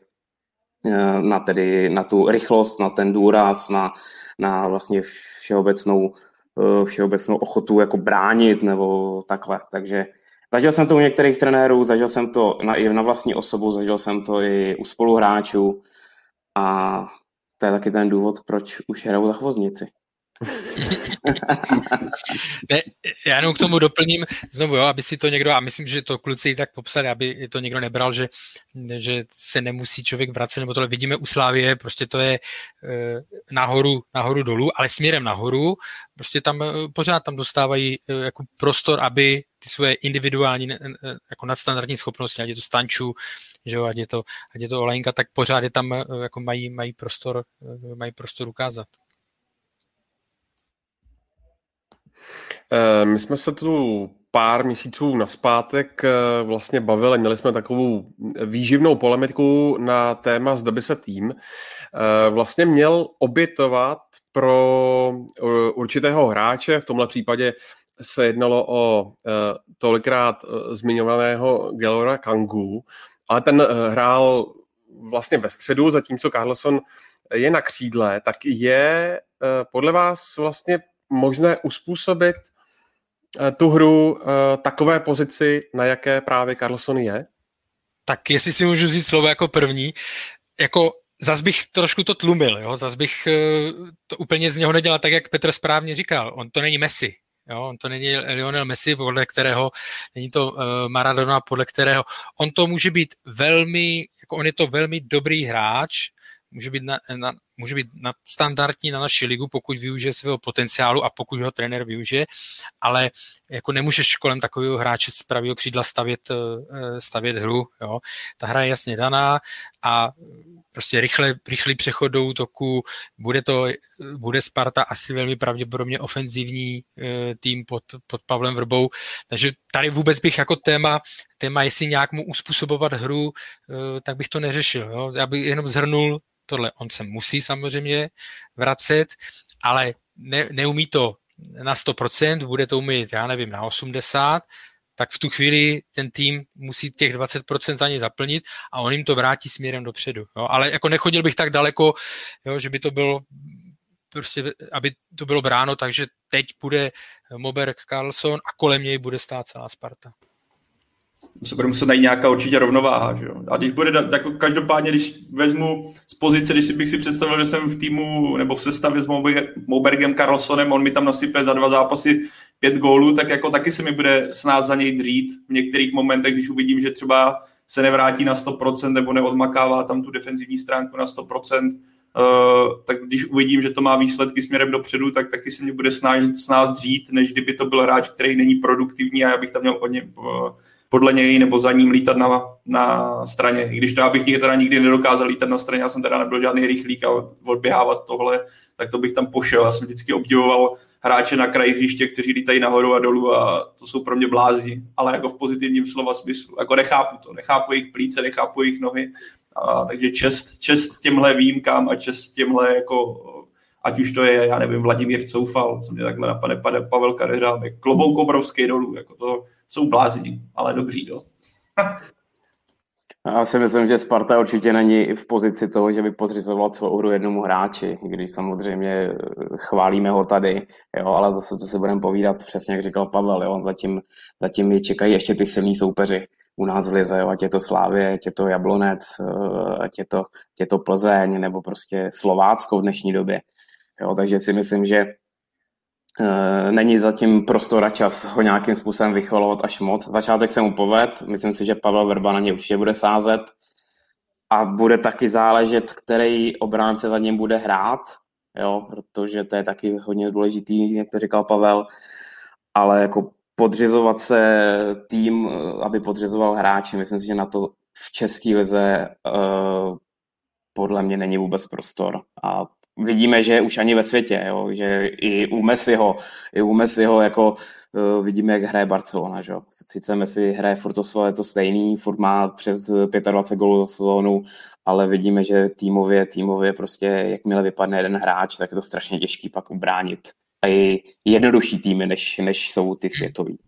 na tu rychlost, na ten důraz, na vlastně všeobecnou ochotu jako bránit nebo takhle. Takže zažil jsem to u některých trenérů, zažil jsem to i na vlastní osobu, zažil jsem to i u spoluhráčů a to je taky ten důvod, proč už hrajou za Chvoznici. Ne, já jenom k tomu doplním znovu, jo, aby si to někdo, a myslím, že to kluci i tak popsali, aby to někdo nebral, že se nemusí člověk vracet, nebo tohle vidíme u Slavie, prostě to je nahoru dolů, ale směrem nahoru, prostě tam pořád tam dostávají jako prostor, aby ty svoje individuální jako nadstandardní schopnosti, ať je to Stanču, že jo, ať je to Olejnka, tak pořád je tam jako mají prostor ukázat. My jsme se tu pár měsíců nazpátek vlastně bavili, měli jsme takovou výživnou polemiku na téma, zda by se tým vlastně měl obětovat pro určitého hráče, v tomhle případě se jednalo o tolikrát zmiňovaného Gelora Kangu, ale ten hrál vlastně ve středu, zatímco Carlson je na křídle, tak je podle vás vlastně možné uspůsobit tu hru takové pozici, na jaké právě Carlson je? Tak jestli si můžu říct slovo jako první, jako zas bych trošku to tlumil, jo? Zas bych to úplně z něho nedělal tak, jak Petr správně říkal. On to není Messi, jo? On to není Lionel Messi, podle kterého, není to Maradona, podle kterého. On to může být jako on je to velmi dobrý hráč, může být nadstandardní na naši ligu, pokud využije svého potenciálu a pokud ho trenér využije, ale jako nemůžeš kolem takového hráče z pravého křídla stavět hru. Jo. Ta hra je jasně daná a prostě rychlý přechod do útoku, bude Sparta asi velmi pravděpodobně ofenzivní tým pod Pavlem Vrbou, takže tady vůbec bych jako téma, jestli nějak mu uspůsobovat hru, tak bych to neřešil. Jo. Já bych jenom zhrnul tohle. On se musí samozřejmě vracet, ale neumí to na 100%, bude to umět, já nevím, na 80%, tak v tu chvíli ten tým musí těch 20% za něj zaplnit a on jim to vrátí směrem dopředu. Jo. Ale jako nechodil bych tak daleko, jo, že by to bylo prostě, aby to bylo bráno, takže teď bude Moberg Carlson a kolem něj bude stát celá Sparta. Se bude muset najít nějaká určitě rovnováha, že jo. A když bude, jako každopádně, když vezmu z pozice, když bych si představil, že jsem v týmu nebo v sestavě s Mobergem Carlsonem, on mi tam nasype za 2 zápasy 5 gólů, tak jako taky se mi bude snad za něj dřít v některých momentech, když uvidím, že třeba se nevrátí na 100% nebo neodmakává tam tu defenzivní stránku na 100%, tak když uvidím, že to má výsledky směrem dopředu, tak taky se mě bude snad dřít, než kdyby to byl hráč, který není produktivní a já bych tam měl podle něj nebo za ním lítat na straně. I když to já bych teda nikdy nedokázal lítat na straně, já jsem teda nebyl žádný rychlík a odběhávat tohle, tak to bych tam pošel. Já jsem vždycky obdivoval hráče na kraji hřiště, kteří lítají nahoru a dolů a to jsou pro mě blázni, ale jako v pozitivním slova smyslu. Jako nechápu jejich plíce, nechápu jejich nohy. Takže čest těmhle výjimkám a čest těmhle jako, ať už to je, já nevím, Vladimír Coufal, co mě takhle napadne, Pavel Kadeřábek, jako klobouk obrovský dolů, jako to jsou blázni, ale dobrý, jo. Já si myslím, že Sparta určitě není v pozici toho, že by podřizovala celou hru jednomu hráči, když samozřejmě chválíme ho tady, jo, ale zase to se budeme povídat přesně, jak říkal Pavel, jo, zatím je čekají ještě ty silní soupeři u nás v lize, jo, ať je to Slavie, ať je to Jablonec, ať je to Plzeň, nebo prostě Slovácko v dnešní době. Jo, takže si myslím, že není zatím prostor a čas ho nějakým způsobem vychvalovat až moc. Začátek se mu poved, myslím si, že Pavel Vrba na ně určitě bude sázet a bude taky záležet, který obránce za něm bude hrát, jo, protože to je taky hodně důležitý, jak to říkal Pavel, ale jako podřizovat se tým, aby podřizoval hráči, myslím si, že na to v české lize podle mě není vůbec prostor a vidíme, že už ani ve světě, jo, že i u Messiho jako vidíme, jak hraje Barcelona. Že? Sice Messi hraje furt to stejný, furt má přes 25 gólů za sezónu, ale vidíme, že týmově prostě, jakmile vypadne jeden hráč, tak je to strašně těžký pak ubránit. A i jednodušší týmy, než jsou ty světoví.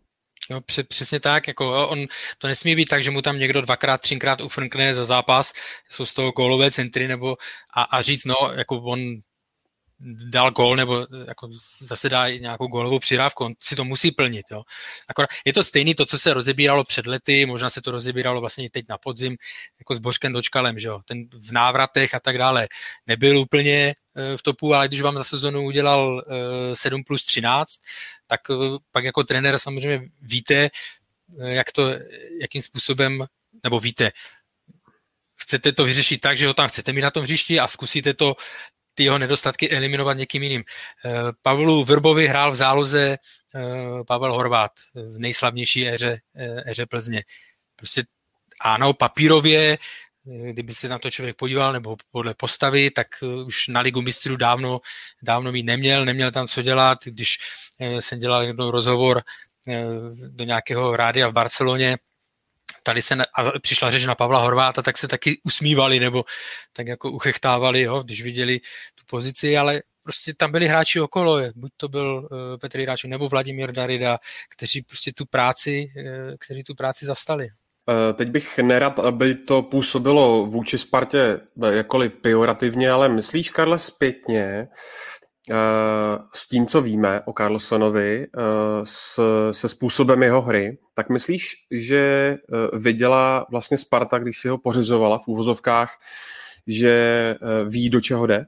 Jo, přesně tak, jako on to nesmí být tak, že mu tam někdo 2x, 3x ufrkne za zápas, jsou z toho gólové centry, nebo a říct, no, jako on dal gól, nebo jako zase dá nějakou gólovou přihrávku, on si to musí plnit. Jo. Akorát je to stejný to, co se rozebíralo před lety, možná se to rozebíralo vlastně teď na podzim, jako s Božkem Dočkalem, že jo. Ten v návratech a tak dále nebyl úplně v topu, ale když vám za sezonu udělal 7+13, tak pak jako trenér samozřejmě víte, jakým způsobem, nebo víte, chcete to vyřešit tak, že ho tam chcete mít na tom hřišti a zkusíte to ty jeho nedostatky eliminovat někým jiným. Pavlu Vrbovi hrál v záloze Pavel Horváth v nejslavnější éře Plzně. Prostě ano, papírově, kdyby se na to člověk podíval, nebo podle postavy, tak už na Ligu mistrů dávno mít neměl tam co dělat. Když jsem dělal jednou rozhovor do nějakého rádia v Barceloně, tady a přišla řeč na Pavla Horváta, tak se taky usmívali, nebo tak jako uchechtávali, jo, když viděli tu pozici, ale prostě tam byli hráči okolo, buď to byl Petr Jiráček nebo Vladimír Darida, kteří prostě tu práci zastali. Teď bych nerad, aby to působilo vůči Spartě jakkoliv pejorativně, ale myslíš, Karle, zpětně s tím, co víme o Carlsonovi, se způsobem jeho hry, tak myslíš, že viděla vlastně Sparta, když si ho pořizovala v úvozovkách, že ví, do čeho jde?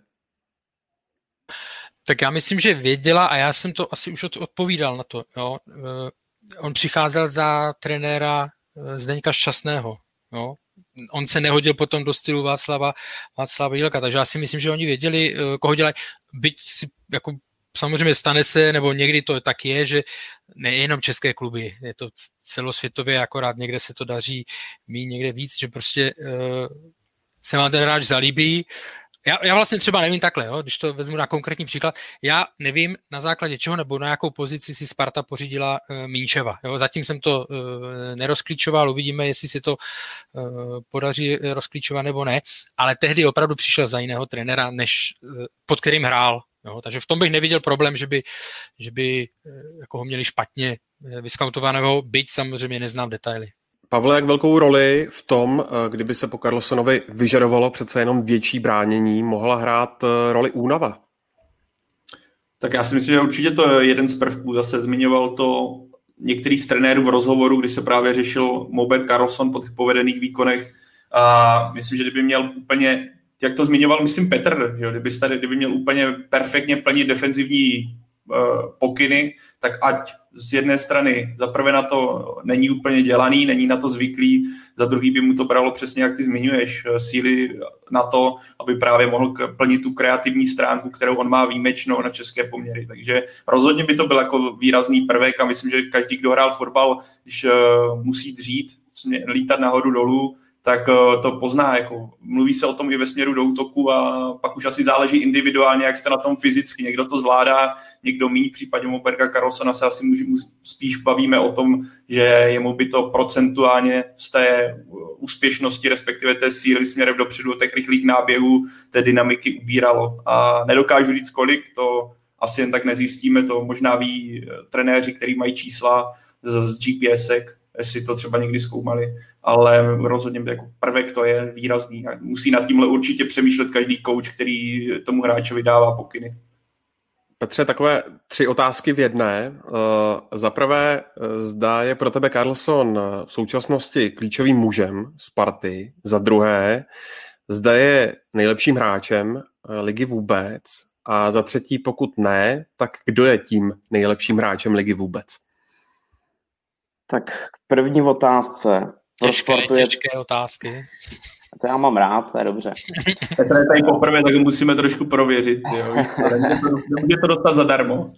Tak já myslím, že věděla a já jsem to asi už odpovídal na to. Jo. On přicházel za trenéra Zdeňka Šťastného. Jo. On se nehodil potom do stylu Václava Jílka, takže já si myslím, že oni věděli, koho dělají. Byť si jako samozřejmě stane se, nebo někdy to tak je, že nejenom české kluby, je to celosvětově, akorát někde se to daří mít někde víc, že prostě se vám ten hráč zalíbí. Já vlastně třeba nevím takhle, jo, když to vezmu na konkrétní příklad, já nevím na základě čeho nebo na jakou pozici si Sparta pořídila Mínčeva. Jo. Zatím jsem to nerozklíčoval, uvidíme, jestli si to podaří rozklíčovat nebo ne, ale tehdy opravdu přišel za jiného trenéra, než pod kterým hrál. Jo. Takže v tom bych neviděl problém, že by jako ho měli špatně vyskautovaného, byť samozřejmě neznám detaily. Pavle, jak velkou roli v tom, kdyby se po Carlsonovi vyžadovalo přece jenom větší bránění, mohla hrát roli únava? Tak já si myslím, že určitě to je jeden z prvků. Zase zmiňoval to některých z trenérů v rozhovoru, kdy se právě řešil Mober Carlson po těch povedených výkonech. A myslím, že kdyby měl úplně, jak to zmiňoval, myslím Petr, že kdyby měl úplně perfektně plnit defenzivní pokyny, tak ať z jedné strany za prvé na to není úplně dělaný, není na to zvyklý, za druhý by mu to bralo přesně, jak ty zmiňuješ, síly na to, aby právě mohl plnit tu kreativní stránku, kterou on má výjimečnou na české poměry. Takže rozhodně by to byl jako výrazný prvek a myslím, že každý, kdo hrál fotbal, když musí dřít, lítat nahoru dolů, tak to pozná. Jako, mluví se o tom i ve směru do útoku a pak už asi záleží individuálně, jak jste na tom fyzicky. Někdo to zvládá, někdo míň. V případě Moberga Carlsona se asi spíš bavíme o tom, že jemu by to procentuálně z té úspěšnosti, respektive té síly směrem dopředu, těch rychlých náběhů, té dynamiky ubíralo. A nedokážu říct kolik, to asi jen tak nezjistíme, to možná ví trenéři, kteří mají čísla z GPSek, jestli to třeba někdy zkoumali, ale rozhodně jako prvek to je výrazný. Musí nad tímhle určitě přemýšlet každý kouč, který tomu hráčovi dává pokyny. Petře, takové 3 otázky v jedné. Za prvé, zda je pro tebe Carlson v současnosti klíčovým mužem Sparty. Za druhé, zda je nejlepším hráčem ligy vůbec. A za třetí, pokud ne, tak kdo je tím nejlepším hráčem ligy vůbec? Tak k první otázce. Těžké otázky. To já mám rád, to je dobře. To je tady poprvé, tak musíme trošku prověřit. Jo. Nemůže to dostat zadarmo.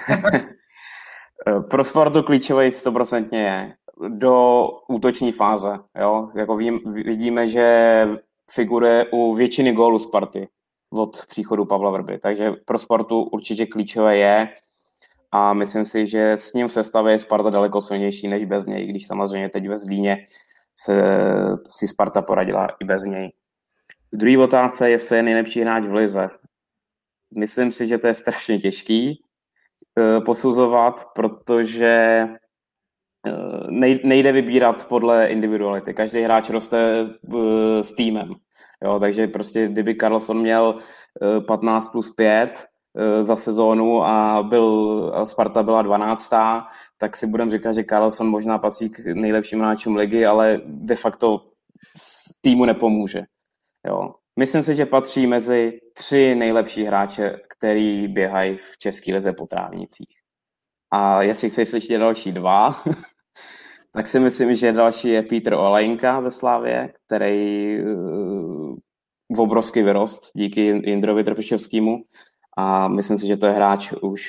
Pro Spartu klíčový 100% je do útoční fáze. Jo? Jako vidíme, že figuruje u většiny gólů Sparty od příchodu Pavla Vrby. Takže pro Spartu určitě klíčové je a myslím si, že s ním v sestavě je Sparta daleko silnější než bez něj, když samozřejmě teď ve Zlíně si Sparta poradila i bez něj. Druhý otázka, jestli je nejlepší hráč v lize. Myslím si, že to je strašně těžký posuzovat, protože nejde vybírat podle individuality. Každý hráč roste s týmem. Jo, takže prostě kdyby Carlson měl 15+5 za sezónu a Sparta byla 12., tak si budeme říkat, že Carlson možná patří k nejlepším hráčům ligy, ale de facto týmu nepomůže. Jo. Myslím si, že patří mezi 3 nejlepší hráče, který běhají v české lize po trávnicích. A jestli chceš slyšet další 2, tak si myslím, že další je Petr Olejnka ze Slavie, který obrovsky vyrost díky Jindrovi Trpišovskému. A myslím si, že to je hráč už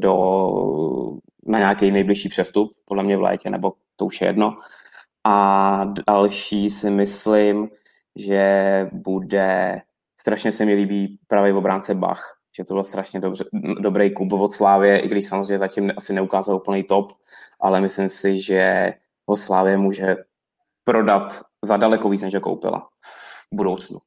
na nějaký nejbližší přestup, podle mě v létě, nebo to už je jedno. A další si myslím, že strašně se mi líbí pravý obránce Bach, že to byl strašně dobrý klub od Slávie, i když samozřejmě zatím asi neukázal úplný top, ale myslím si, že ho Slávie může prodat za daleko víc, než ho koupila v budoucnu.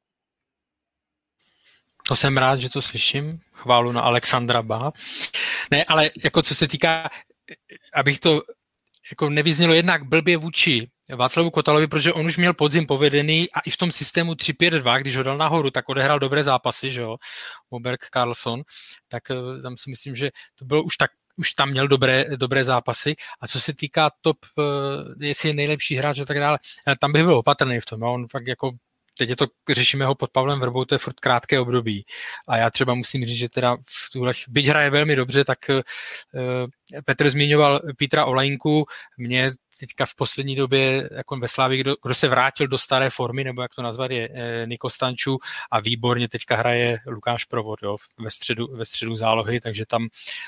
To jsem rád, že to slyším. Chválu na Alexandra Baha. Ne, ale jako co se týká, abych to jako nevyznělo jednak blbě vůči Václavu Kotalovi, protože on už měl podzim povedený a i v tom systému 3-5-2, když ho dal nahoru, tak odehrál dobré zápasy, že jo, Moberg Karlsson, tak tam si myslím, že to bylo už tam měl dobré zápasy. A co se týká top, jestli je nejlepší hráč a tak dále, tam bych byl opatrný v tom, on fakt jako teď řešíme ho pod Pavlem Vrbou, to je furt krátké období. A já třeba musím říct, že teda v tuhle, byť hraje velmi dobře, tak Petr zmiňoval Petra Olejnku, mě teďka v poslední době jako ve Slávii, kdo se vrátil do staré formy, nebo jak to nazvat, je Niko Stanču a výborně teďka hraje Lukáš Provod, jo, ve středu zálohy, takže tam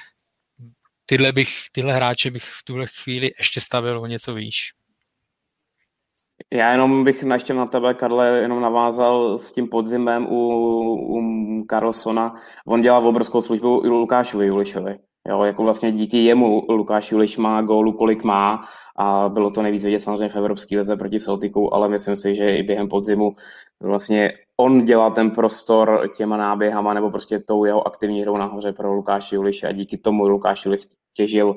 tyhle hráče bych v tuhle chvíli ještě stavil o něco výš. Já jenom bych ještě na tebe, Karle, jenom navázal s tím podzimem u Karlsona. On dělal obrovskou službu i Lukášovi Julišovi. Jo, jako vlastně díky jemu Lukáš Juliš má gólu, kolik má, a bylo to nejvíc vidět samozřejmě v Evropské lize proti Celticu, ale myslím si, že i během podzimu vlastně on dělá ten prostor těma náběhama nebo prostě tou jeho aktivní hrou nahoře pro Lukáše Juliše a díky tomu Lukáš Juliš těžil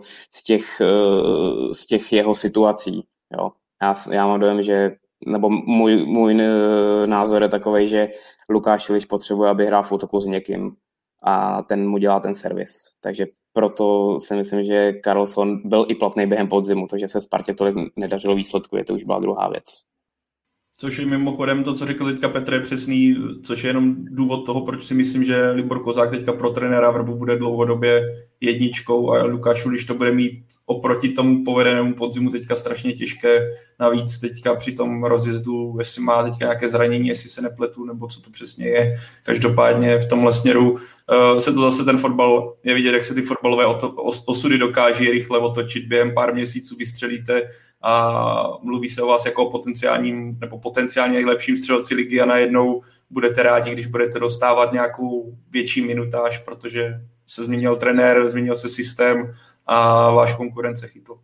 z těch jeho situací. Jo. Já mám dojem, že nebo můj názor je takovej, že Lukáš Juliš potřebuje, aby hrál v útoku s někým a ten mu dělá ten servis. Takže proto si myslím, že Karlsson byl i platný během podzimu, to, že se Spartě tolik nedařilo výsledku, to už byla druhá věc. Což je mimochodem to, co řekl teďka Petr, je přesný, což je jenom důvod toho, proč si myslím, že Libor Kozák teďka pro trenéra Vrbu bude dlouhodobě jedničkou a Lukáš Juliš to bude mít oproti tomu povedenému podzimu teďka strašně těžké. Navíc teďka při tom rozjezdu, jestli má teďka nějaké zranění, jestli se nepletu, nebo co to přesně je. Každopádně v tomhle směru se to zase ten fotbal, je vidět, jak se ty fotbalové osudy dokáží rychle otočit, během pár měsíců vystřelíte a mluví se o vás jako o potenciálním nebo potenciálně nejlepším střelci ligy a najednou budete rádi, když budete dostávat nějakou větší minutáž, protože se změnil trenér, změnil se systém a váš konkurence chytl.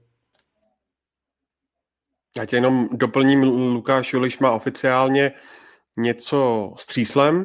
Já tě jenom doplním, Lukáš Juliš má oficiálně něco s tříslem.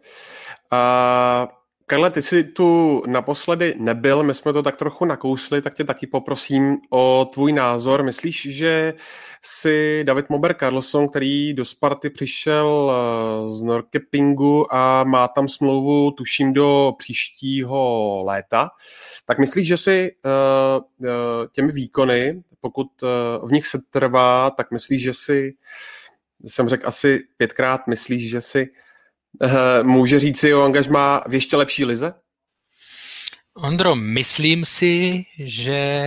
Karle, ty jsi tu naposledy nebyl, my jsme to tak trochu nakousli, tak tě taky poprosím o tvůj názor. Myslíš, že si David Moberg Karlsson, který do Sparty přišel z Norrköpingu a má tam smlouvu, tuším, do příštího léta, tak myslíš, že si těmi výkony, pokud v nich se trvá, tak myslíš, že si, jsem řekl asi 5krát, myslíš, že si může říci o angažmá v ještě lepší lize? Ondro, myslím si, že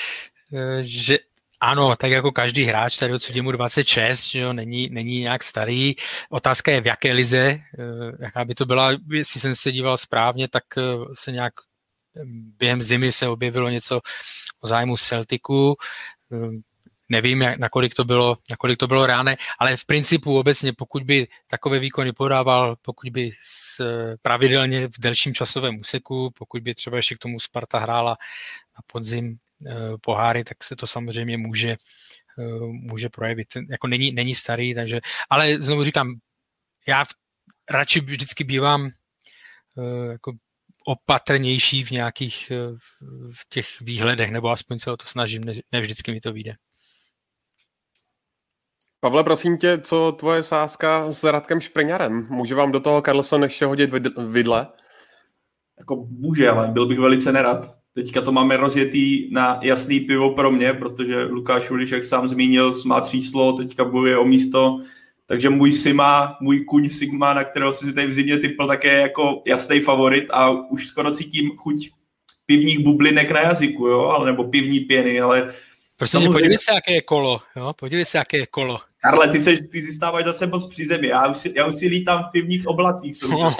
ano, tak jako každý hráč, tady odsud je mu 26, že jo, není nějak starý. Otázka je, v jaké lize, jaká by to byla, jestli jsem se díval správně, tak se nějak během zimy se objevilo něco o zájmu Celticu. Nevím, nakolik to bylo reálné, ale v principu obecně, pokud by takové výkony podával, pokud by pravidelně v delším časovém úseku, pokud by třeba ještě k tomu Sparta hrála na podzim poháry, tak se to samozřejmě může projevit. Jako není starý, takže, ale znovu říkám, já radši vždycky bývám jako opatrnější v nějakých v těch výhledech, nebo aspoň se o to snažím, ne vždycky mi to vyjde. Pavle, prosím tě, co tvoje sázka s Radkem Šprňarem? Může vám do toho Karlsson ještě hodit vidle? Jako může, ale byl bych velice nerad. Teďka to máme rozjetý na jasný pivo pro mě, protože Lukáš Uliš, jak sám zmínil, má tříslo, teďka bojuje o místo, takže můj kuň Sigma, na kterého si tady v zimě typl, tak je jako jasný favorit a už skoro cítím chuť pivních bublinek na jazyku, jo, ale nebo pivní pěny, ale prostě podívej se, jaké je kolo, jo, podívej se, jaké je kolo. Karle, ty si stáváš zase moc při zemi, já už si lítám v pivních oblacích.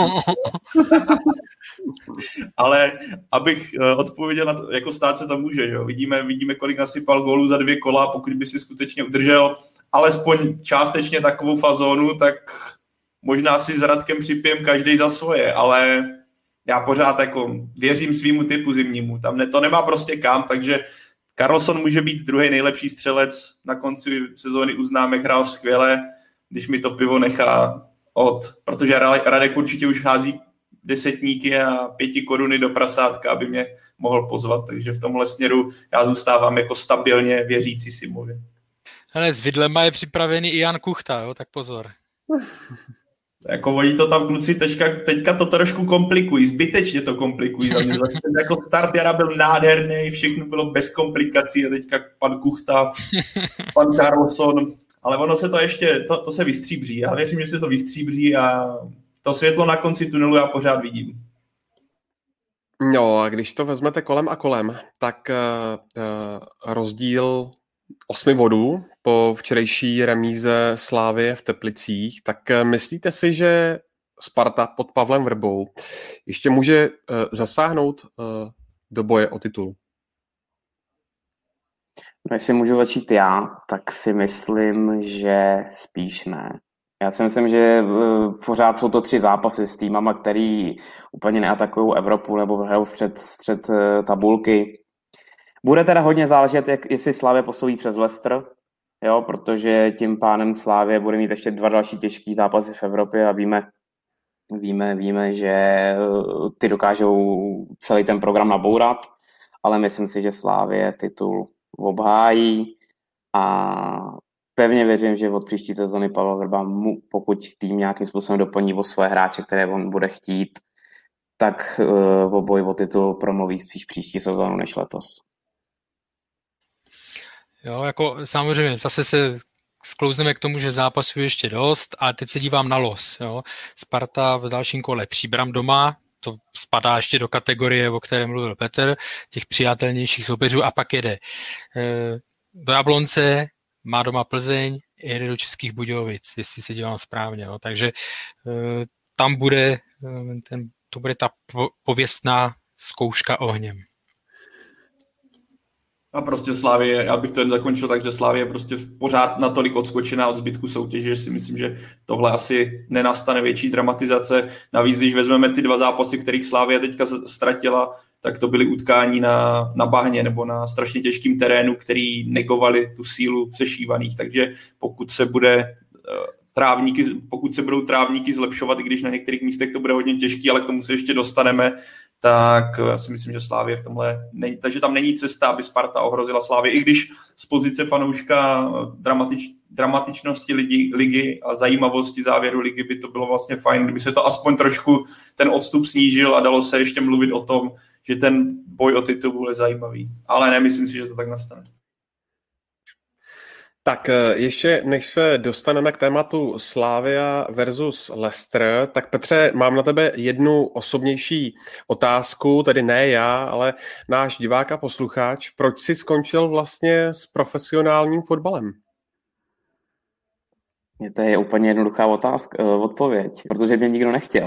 Ale abych odpověděl na to, jako stát se to může, že? Vidíme, kolik nasypal gólů za 2 kola, pokud by si skutečně udržel alespoň částečně takovou fazónu, tak možná si s Radkem připijem každý za svoje, ale já pořád jako věřím svýmu typu zimnímu, tam to nemá prostě kam, takže Karlsson může být druhý nejlepší střelec, na konci sezóny uznáme, hrál skvěle, když mi to pivo nechá protože Radek určitě už hází desetníky a 5 koruny do prasátka, aby mě mohl pozvat, takže v tomhle směru já zůstávám jako stabilně věřící Simovi. Ale s vidlema je připravený i Jan Kuchta, jo? Tak pozor. Jako oni to tam kluci teďka to trošku komplikují, zbytečně to komplikují. Jako start jara byl nádherný, všechno bylo bez komplikací a teďka pan Kuchta, pan Karlsson, ale ono se to ještě, to se vystříbří. Já věřím, že se to vystříbří a to světlo na konci tunelu já pořád vidím. No a když to vezmete kolem a kolem, tak rozdíl 8 bodů po včerejší remíze Slavie v Teplicích, tak myslíte si, že Sparta pod Pavlem Vrbou ještě může zasáhnout do boje o titul? No, jestli můžu začít já, tak si myslím, že spíš ne. Já si myslím, že pořád jsou to 3 zápasy s týmama, který úplně neatakují Evropu nebo hrajou střed tabulky. Bude teda hodně záležet, jestli Slavia postoupí přes Leicester, jo, protože tím pádem Slavia bude mít ještě 2 další těžký zápasy v Evropě a víme, že ty dokážou celý ten program nabourat, ale myslím si, že Slavia titul obhájí a pevně věřím, že od příští sezony Pavel Vrba, pokud tým nějakým způsobem doplní o svoje hráče, které on bude chtít, tak o boj o titul promluví spíš příští sezonu než letos. Jo, jako samozřejmě zase se sklouzneme k tomu, že zápasů je ještě dost, ale teď se dívám na los. Jo. Sparta v dalším kole Příbram doma, to spadá ještě do kategorie, o které mluvil Petr, těch přijatelnějších soupeřů a pak jede do Jablonce, má doma Plzeň, jede do Českých Budějovic, jestli se dívám správně. Jo. Takže tam bude to bude ta pověstná zkouška ohněm. A prostě Slavie, já bych to jen zakončil tak, že Slavie je prostě pořád natolik odskočená od zbytku soutěže, že si myslím, že tohle asi nenastane větší dramatizace. Navíc, když vezmeme ty 2 zápasy, kterých Slavie teďka ztratila, tak to byly utkání na bahně nebo na strašně těžkém terénu, který negovali tu sílu sešívaných. Takže pokud se budou trávníky zlepšovat, i když na některých místech to bude hodně těžký, ale k tomu se ještě dostaneme, tak já si myslím, že Slavie v tomhle není, takže tam není cesta, aby Sparta ohrozila Slavii, i když z pozice fanouška dramatičnosti ligy a zajímavosti závěru ligy by to bylo vlastně fajn, kdyby se to aspoň trošku ten odstup snížil a dalo se ještě mluvit o tom, že ten boj o titul bude zajímavý. Ale nemyslím si, že to tak nastane. Tak ještě než se dostaneme k tématu Slavia versus Leicester, tak Petře, mám na tebe jednu osobnější otázku, tedy ne já, ale náš divák a posluchač. Proč jsi skončil vlastně s profesionálním fotbalem? To je úplně jednoduchá odpověď, protože mě nikdo nechtěl.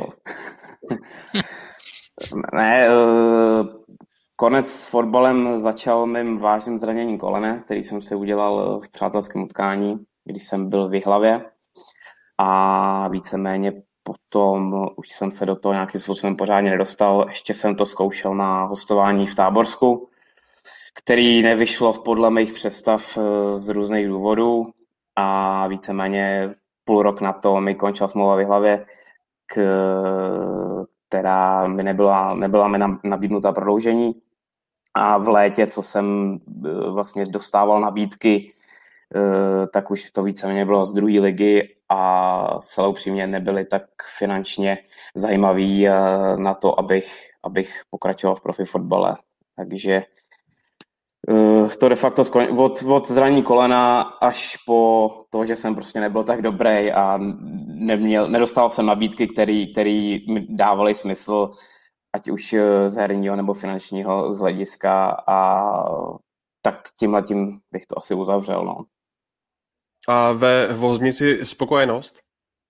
Ne, konec s fotbalem začal mým vážným zraněním kolene, který jsem si udělal v přátelském utkání, když jsem byl v Jihlavě. A víceméně potom už jsem se do toho nějakým způsobem pořádně nedostal. Ještě jsem to zkoušel na hostování v Táborsku, který nevyšlo podle mých představ z různých důvodů. A víceméně půl rok na to mi končila smlouva v Jihlavě, která mi nebyla mi nabídnuta prodloužení. A v létě, co jsem vlastně dostával nabídky, tak už to víceméně bylo z druhé ligy a zcela upřímně nebyly tak finančně zajímavý na to, abych pokračoval v profi fotbale. Takže to de facto od zranění kolena až po to, že jsem prostě nebyl tak dobrý a nedostal jsem nabídky, které mi dávaly smysl, ať už z herního nebo finančního z hlediska, a tak tímhletím bych to asi uzavřel. No. A ve Voznici spokojenost?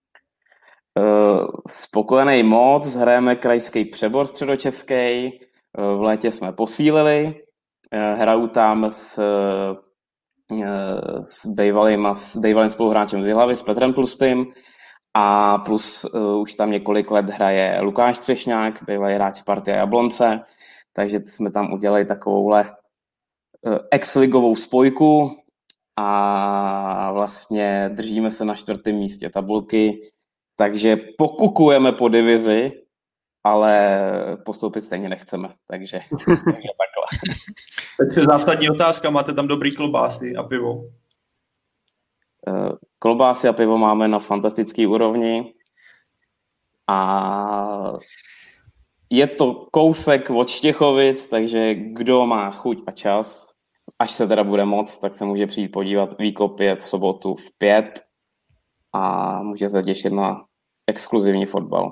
Spokojený moc, hrajeme krajský přebor středočeský, v létě jsme posílili, hraju tam s bývalým spoluhráčem z Jihlavy, s Petrem Tlustým, a plus už tam několik let hraje Lukáš Třešňák, bývalý hráč Sparty a Jablonce, takže jsme tam udělali takovouhle ex-ligovou spojku a vlastně držíme se na 4. místě tabulky, takže pokukujeme po divizi, ale postoupit stejně nechceme, takže takhle. Takže zásadní otázka, máte tam dobrý klobásy a pivo? Klobásy a pivo máme na fantastický úrovni a je to kousek od Štěchovic, takže kdo má chuť a čas, až se teda bude moc, tak se může přijít podívat. Výkop je v sobotu v 5 a může se těšit na exkluzivní fotbal.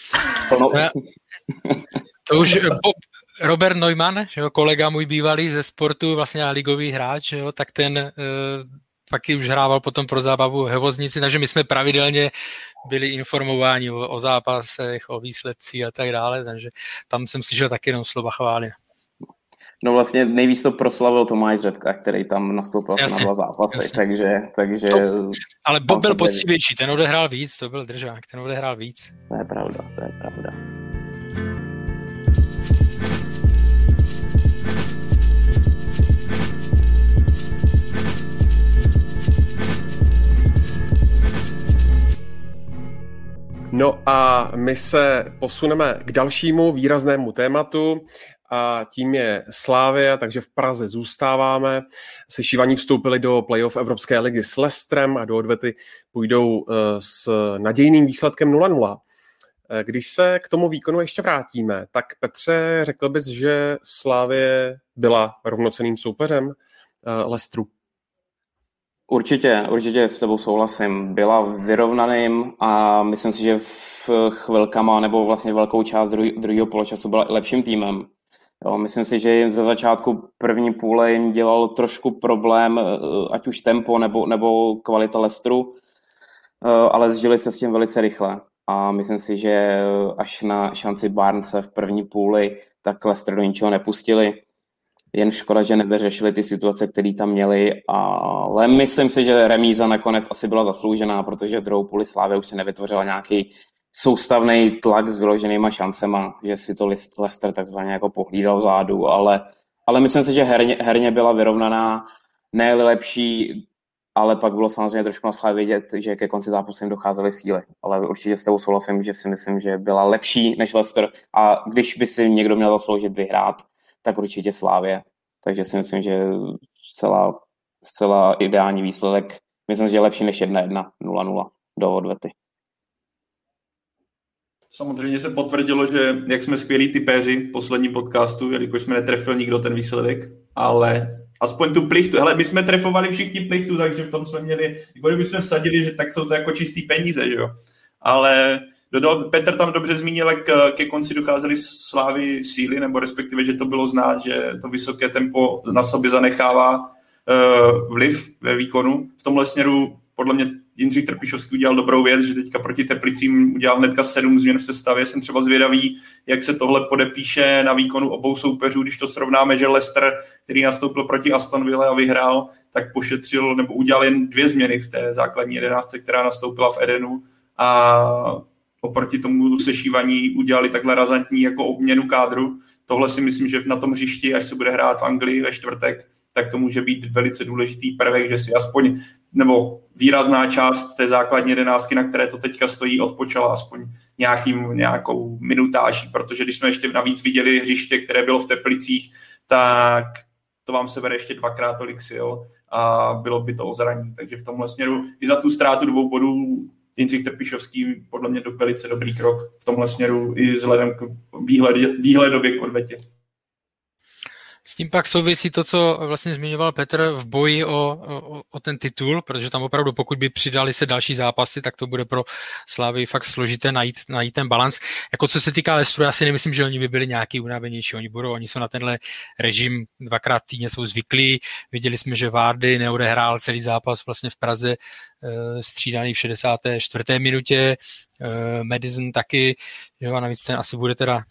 To už Robert Neumann, že jo, kolega můj bývalý ze sportu, vlastně ligový hráč, že jo, tak ten taky už hrával potom pro zábavu ve Voznici, takže my jsme pravidelně byli informováni o zápasech, o výsledcích a tak dále, takže tam jsem slyšel taky jenom slova chvály. No vlastně nejvíc to proslavil Tomáš Řepka, který tam nastoupil na 2 zápasy, takže ale Bob byl poctivější, ten odehrál víc, to byl držák, ten odehrál víc. To je pravda. No a my se posuneme k dalšímu výraznému tématu a tím je Slavia, takže v Praze zůstáváme. Sešívaní vstoupili do playoff Evropské ligy s Leicesterem a do odvety půjdou s nadějným výsledkem 0-0. Když se k tomu výkonu ještě vrátíme, tak Petře, řekl bys, že Slavie byla rovnocenným soupeřem Leicesteru? Určitě s tebou souhlasím. Byla vyrovnaným a myslím si, že v chvilkama nebo vlastně velkou část druhého poločasu byla i lepším týmem. Jo, myslím si, že ze začátku první půle jim dělal trošku problém, ať už tempo nebo kvalita Leicesteru, ale zžili se s tím velice rychle. A myslím si, že až na šanci Barnese v první půli, tak Leicester do ničeho nepustili. Jen škoda, že nevyřešili ty situace, které tam měli, ale myslím si, že remíza nakonec asi byla zasloužená, protože v druhou půli Slavia už si nevytvořila nějaký soustavný tlak s vyloženýma šancema, že si to Leicester takzvaně jako pohlídal vzadu, ale myslím si, že herně byla vyrovnaná, ne lepší, ale pak bylo samozřejmě trošku na Slavii vidět, že ke konci zápasu jim docházely síly, ale určitě s tebou souhlasím, že si myslím, že byla lepší než Leicester, a když by si někdo měl zasloužit vyhrát, tak určitě Slavie. Takže si myslím, že zcela ideální výsledek. Myslím, že je lepší než 1-1, 0-0 do odvety. Samozřejmě se potvrdilo, že jak jsme skvělí typéři v posledním podcastu, jelikož jsme netrefil nikdo ten výsledek, ale aspoň tu plichtu. Hele, my jsme trefovali všichni plichtu, takže v tom jsme měli, jako kdybychom vsadili, že tak jsou to jako čistý peníze, že jo. Ale Petr tam dobře zmínil, jak ke konci docházely Slávy síly, nebo respektive, že to bylo znát, že to vysoké tempo na sobě zanechává vliv ve výkonu. V tomhle směru podle mě Jindřich Trpišovský udělal dobrou věc, že teďka proti Teplicím udělal hnedka 7 změn v sestavě. Jsem třeba zvědavý, jak se tohle podepíše na výkonu obou soupeřů, když to srovnáme, že Leicester, který nastoupil proti Aston Ville a vyhrál, tak pošetřil nebo udělal jen 2 změny v té základní 11, která nastoupila v Edenu, a oproti tomu sešívaní udělali takhle razantní jako obměnu kádru. Tohle si myslím, že na tom hřišti, až se bude hrát v Anglii ve čtvrtek, tak to může být velice důležitý prvek, že si aspoň, nebo výrazná část té základní 11, na které to teďka stojí, odpočala aspoň nějakou minutáží, protože když jsme ještě navíc viděli hřiště, které bylo v Teplicích, tak to vám sebere ještě 2x tolik sil a bylo by to o zraní. Takže v tomhle směru i za tu ztrátu 2 bodů Jindřich Trpišovský podle mě velice dobrý krok v tomhle směru i vzhledem k výhledově k odvetě. S tím pak souvisí to, co vlastně zmiňoval Petr v boji o ten titul, protože tam opravdu pokud by přidali se další zápasy, tak to bude pro Slavii fakt složité najít ten balans. Jako co se týká Leicesteru, já si nemyslím, že oni by byli nějaký unavenější. Oni jsou na tenhle režim 2x týdně jsou zvyklí. Viděli jsme, že Vardy neodehrál celý zápas vlastně v Praze, střídaný v 64. minutě, Madison taky, jo, a navíc ten asi bude teda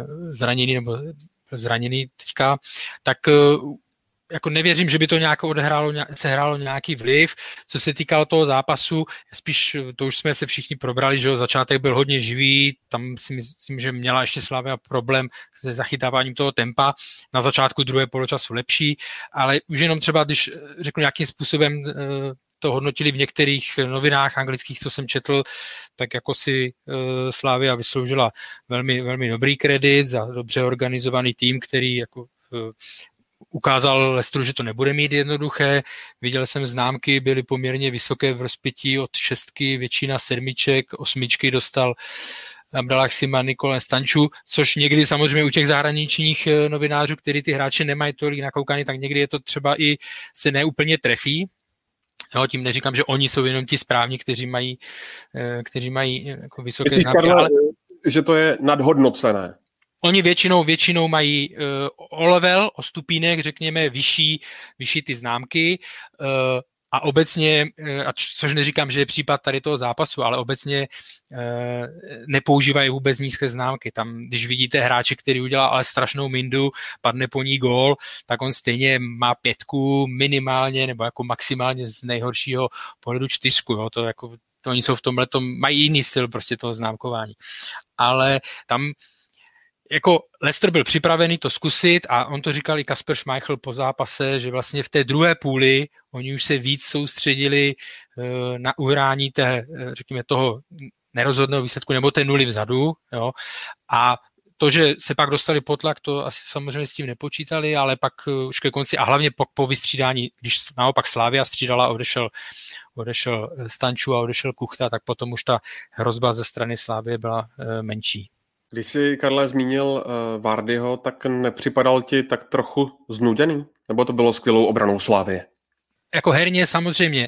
zraněný teďka, tak jako nevěřím, že by to nějak sehrálo nějaký vliv. Co se týkalo toho zápasu, spíš to už jsme se všichni probrali, že začátek byl hodně živý, tam si myslím, že měla ještě Slavia problém se zachytáváním toho tempa, na začátku druhé poločasu lepší, ale už jenom třeba, když řeknu nějakým způsobem to hodnotili v některých novinách anglických, co jsem četl, tak jako si Slavia vysloužila velmi, velmi dobrý kredit za dobře organizovaný tým, který jako ukázal Leicesteru, že to nebude mít jednoduché. Viděl jsem známky, byly poměrně vysoké v rozpětí od 6, většina 7, 8 dostal Abdallah Sima, Nikolaj Stanču, což někdy samozřejmě u těch zahraničních novinářů, který ty hráče nemají tolik nakoukaný, tak někdy je to třeba i se neúplně trefí. Jo, tím neříkám, že oni jsou jenom ti správní, kteří mají jako vysoké známky. Ale že to je nadhodnocené. Oni většinou mají o level, o stupínek, řekněme, vyšší ty známky a obecně, což neříkám, že je případ tady toho zápasu, ale obecně nepoužívají vůbec nízké známky. Tam, když vidíte hráče, který udělá ale strašnou mindu, padne po ní gól, tak on stejně má 5 minimálně nebo jako maximálně z nejhoršího pohledu 4. Jo? To oni jsou v tomhletom, mají jiný styl prostě toho známkování. Ale tam jako Leicester byl připravený to zkusit a on to říkal i Kasper Schmeichel po zápase, že vlastně v té druhé půli oni už se víc soustředili na uhrání řekněme toho nerozhodného výsledku nebo té nuly vzadu, jo, a to, že se pak dostali pod tlak, to asi samozřejmě s tím nepočítali, ale pak už ke konci a hlavně po vystřídání, když naopak Slavia střídala, odešel Stanču a odešel Kuchta, tak potom už ta hrozba ze strany Slavie byla menší. Když jsi, Karle, zmínil Vardyho, tak nepřipadal ti tak trochu znuděný? Nebo to bylo skvělou obranou Slavie? Jako herně samozřejmě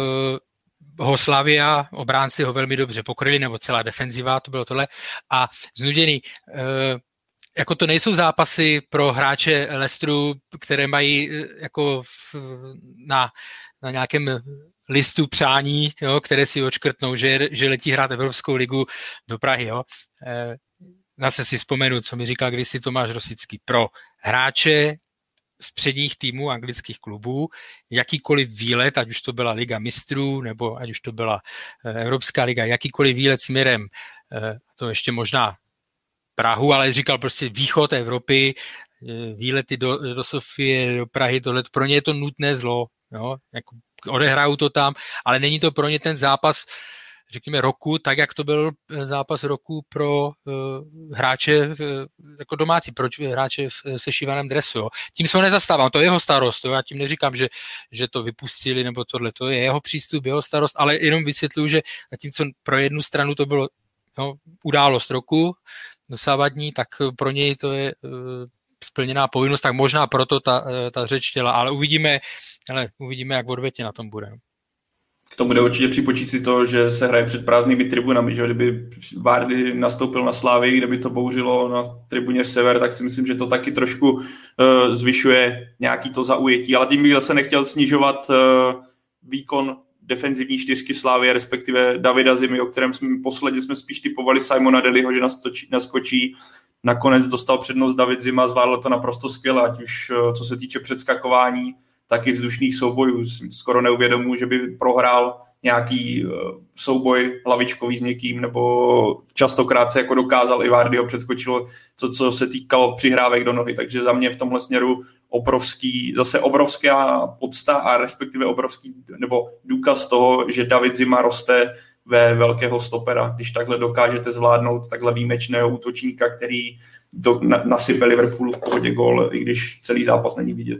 ho Slavia, obránci ho velmi dobře pokryli, nebo celá defenziva, to bylo tohle. A znuděný, jako to nejsou zápasy pro hráče Leicesteru, které mají jako na nějakém listu přání, jo, které si odškrtnou, že letí hrát Evropskou ligu do Prahy. Jo. Zase si vzpomenu, co mi říkal kdysi Tomáš Rosický. Pro hráče z předních týmů anglických klubů jakýkoliv výlet, ať už to byla Liga mistrů, nebo ať už to byla Evropská liga, jakýkoliv výlet směrem, to ještě možná Prahu, ale říkal prostě východ Evropy, výlety do Sofie, do Prahy, tohle, pro ně je to nutné zlo. Jo? Jako odehrajou to tam, ale není to pro ně ten zápas, řekněme, roku, tak jak to byl zápas roku pro hráče jako domácí, pro hráče v sešívaném dresu. Jo. Tím se ho nezastávám, to je jeho starost. Jo. Já tím neříkám, že to vypustili nebo tohle, to je jeho přístup, jeho starost, ale jenom vysvětluju, že zatímco pro jednu stranu to bylo událost roku dosávadní, tak pro něj to je splněná povinnost, tak možná proto ta řeč těla, ale uvidíme, jak v odvětě na tom bude. K tomu jde určitě připočít si to, že se hraje před prázdnými tribunami, že kdyby Vardy nastoupil na Slavii, kde by to bouřilo na tribuně Sever, tak si myslím, že to taky trošku zvyšuje nějaký to zaujetí, ale tím bych zase nechtěl snižovat výkon defenzivní 4 Slavie, respektive Davida Zimy, o kterém posledně jsme spíš typovali Simona Deliho, že naskočí. Nakonec dostal přednost David Zima, zvládl to naprosto skvěle, ať už co se týče předskakování, tak i vzdušných soubojů. Skoro neuvědomuji, že by prohrál nějaký souboj hlavičkový s někým, nebo častokrát se jako dokázal i Vardy ho předskočil, co se týkalo přihrávek do nohy. Takže za mě v tomhle směru obrovská podsta a respektive obrovský nebo důkaz toho, že David Zima roste ve velkého stopera, když takhle dokážete zvládnout takhle výjimečného útočníka, který nasype Liverpoolu v pohodě gól, i když celý zápas není vidět.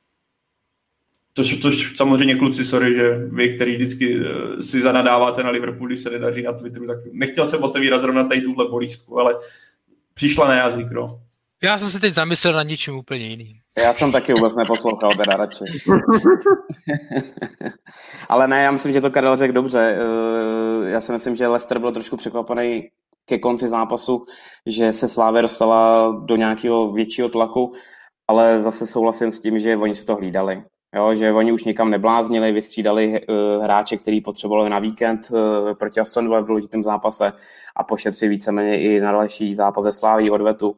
Což samozřejmě kluci, sorry, že vy, který vždycky si zanadáváte na Liverpool, když se nedaří na Twitteru, tak nechtěl jsem otevírat zrovna tady tuhle bolístku, ale přišla na jazyk, no. Já jsem se teď zamyslel na něčím úplně jiným. Já jsem taky vůbec neposlouchal, teda radši. Ale ne, já myslím, že to Karel řekl dobře. Já si myslím, že Leicester byl trošku překvapený ke konci zápasu, že se Slavia dostala do nějakého většího tlaku, ale zase souhlasím s tím, že oni si to hlídali. Jo, že oni už nikam nebláznili, vystřídali hráče, který potřebovali na víkend proti Aston Villa v důležitém zápase a pošetřili víceméně i na další zápas ze Slaví odvetu.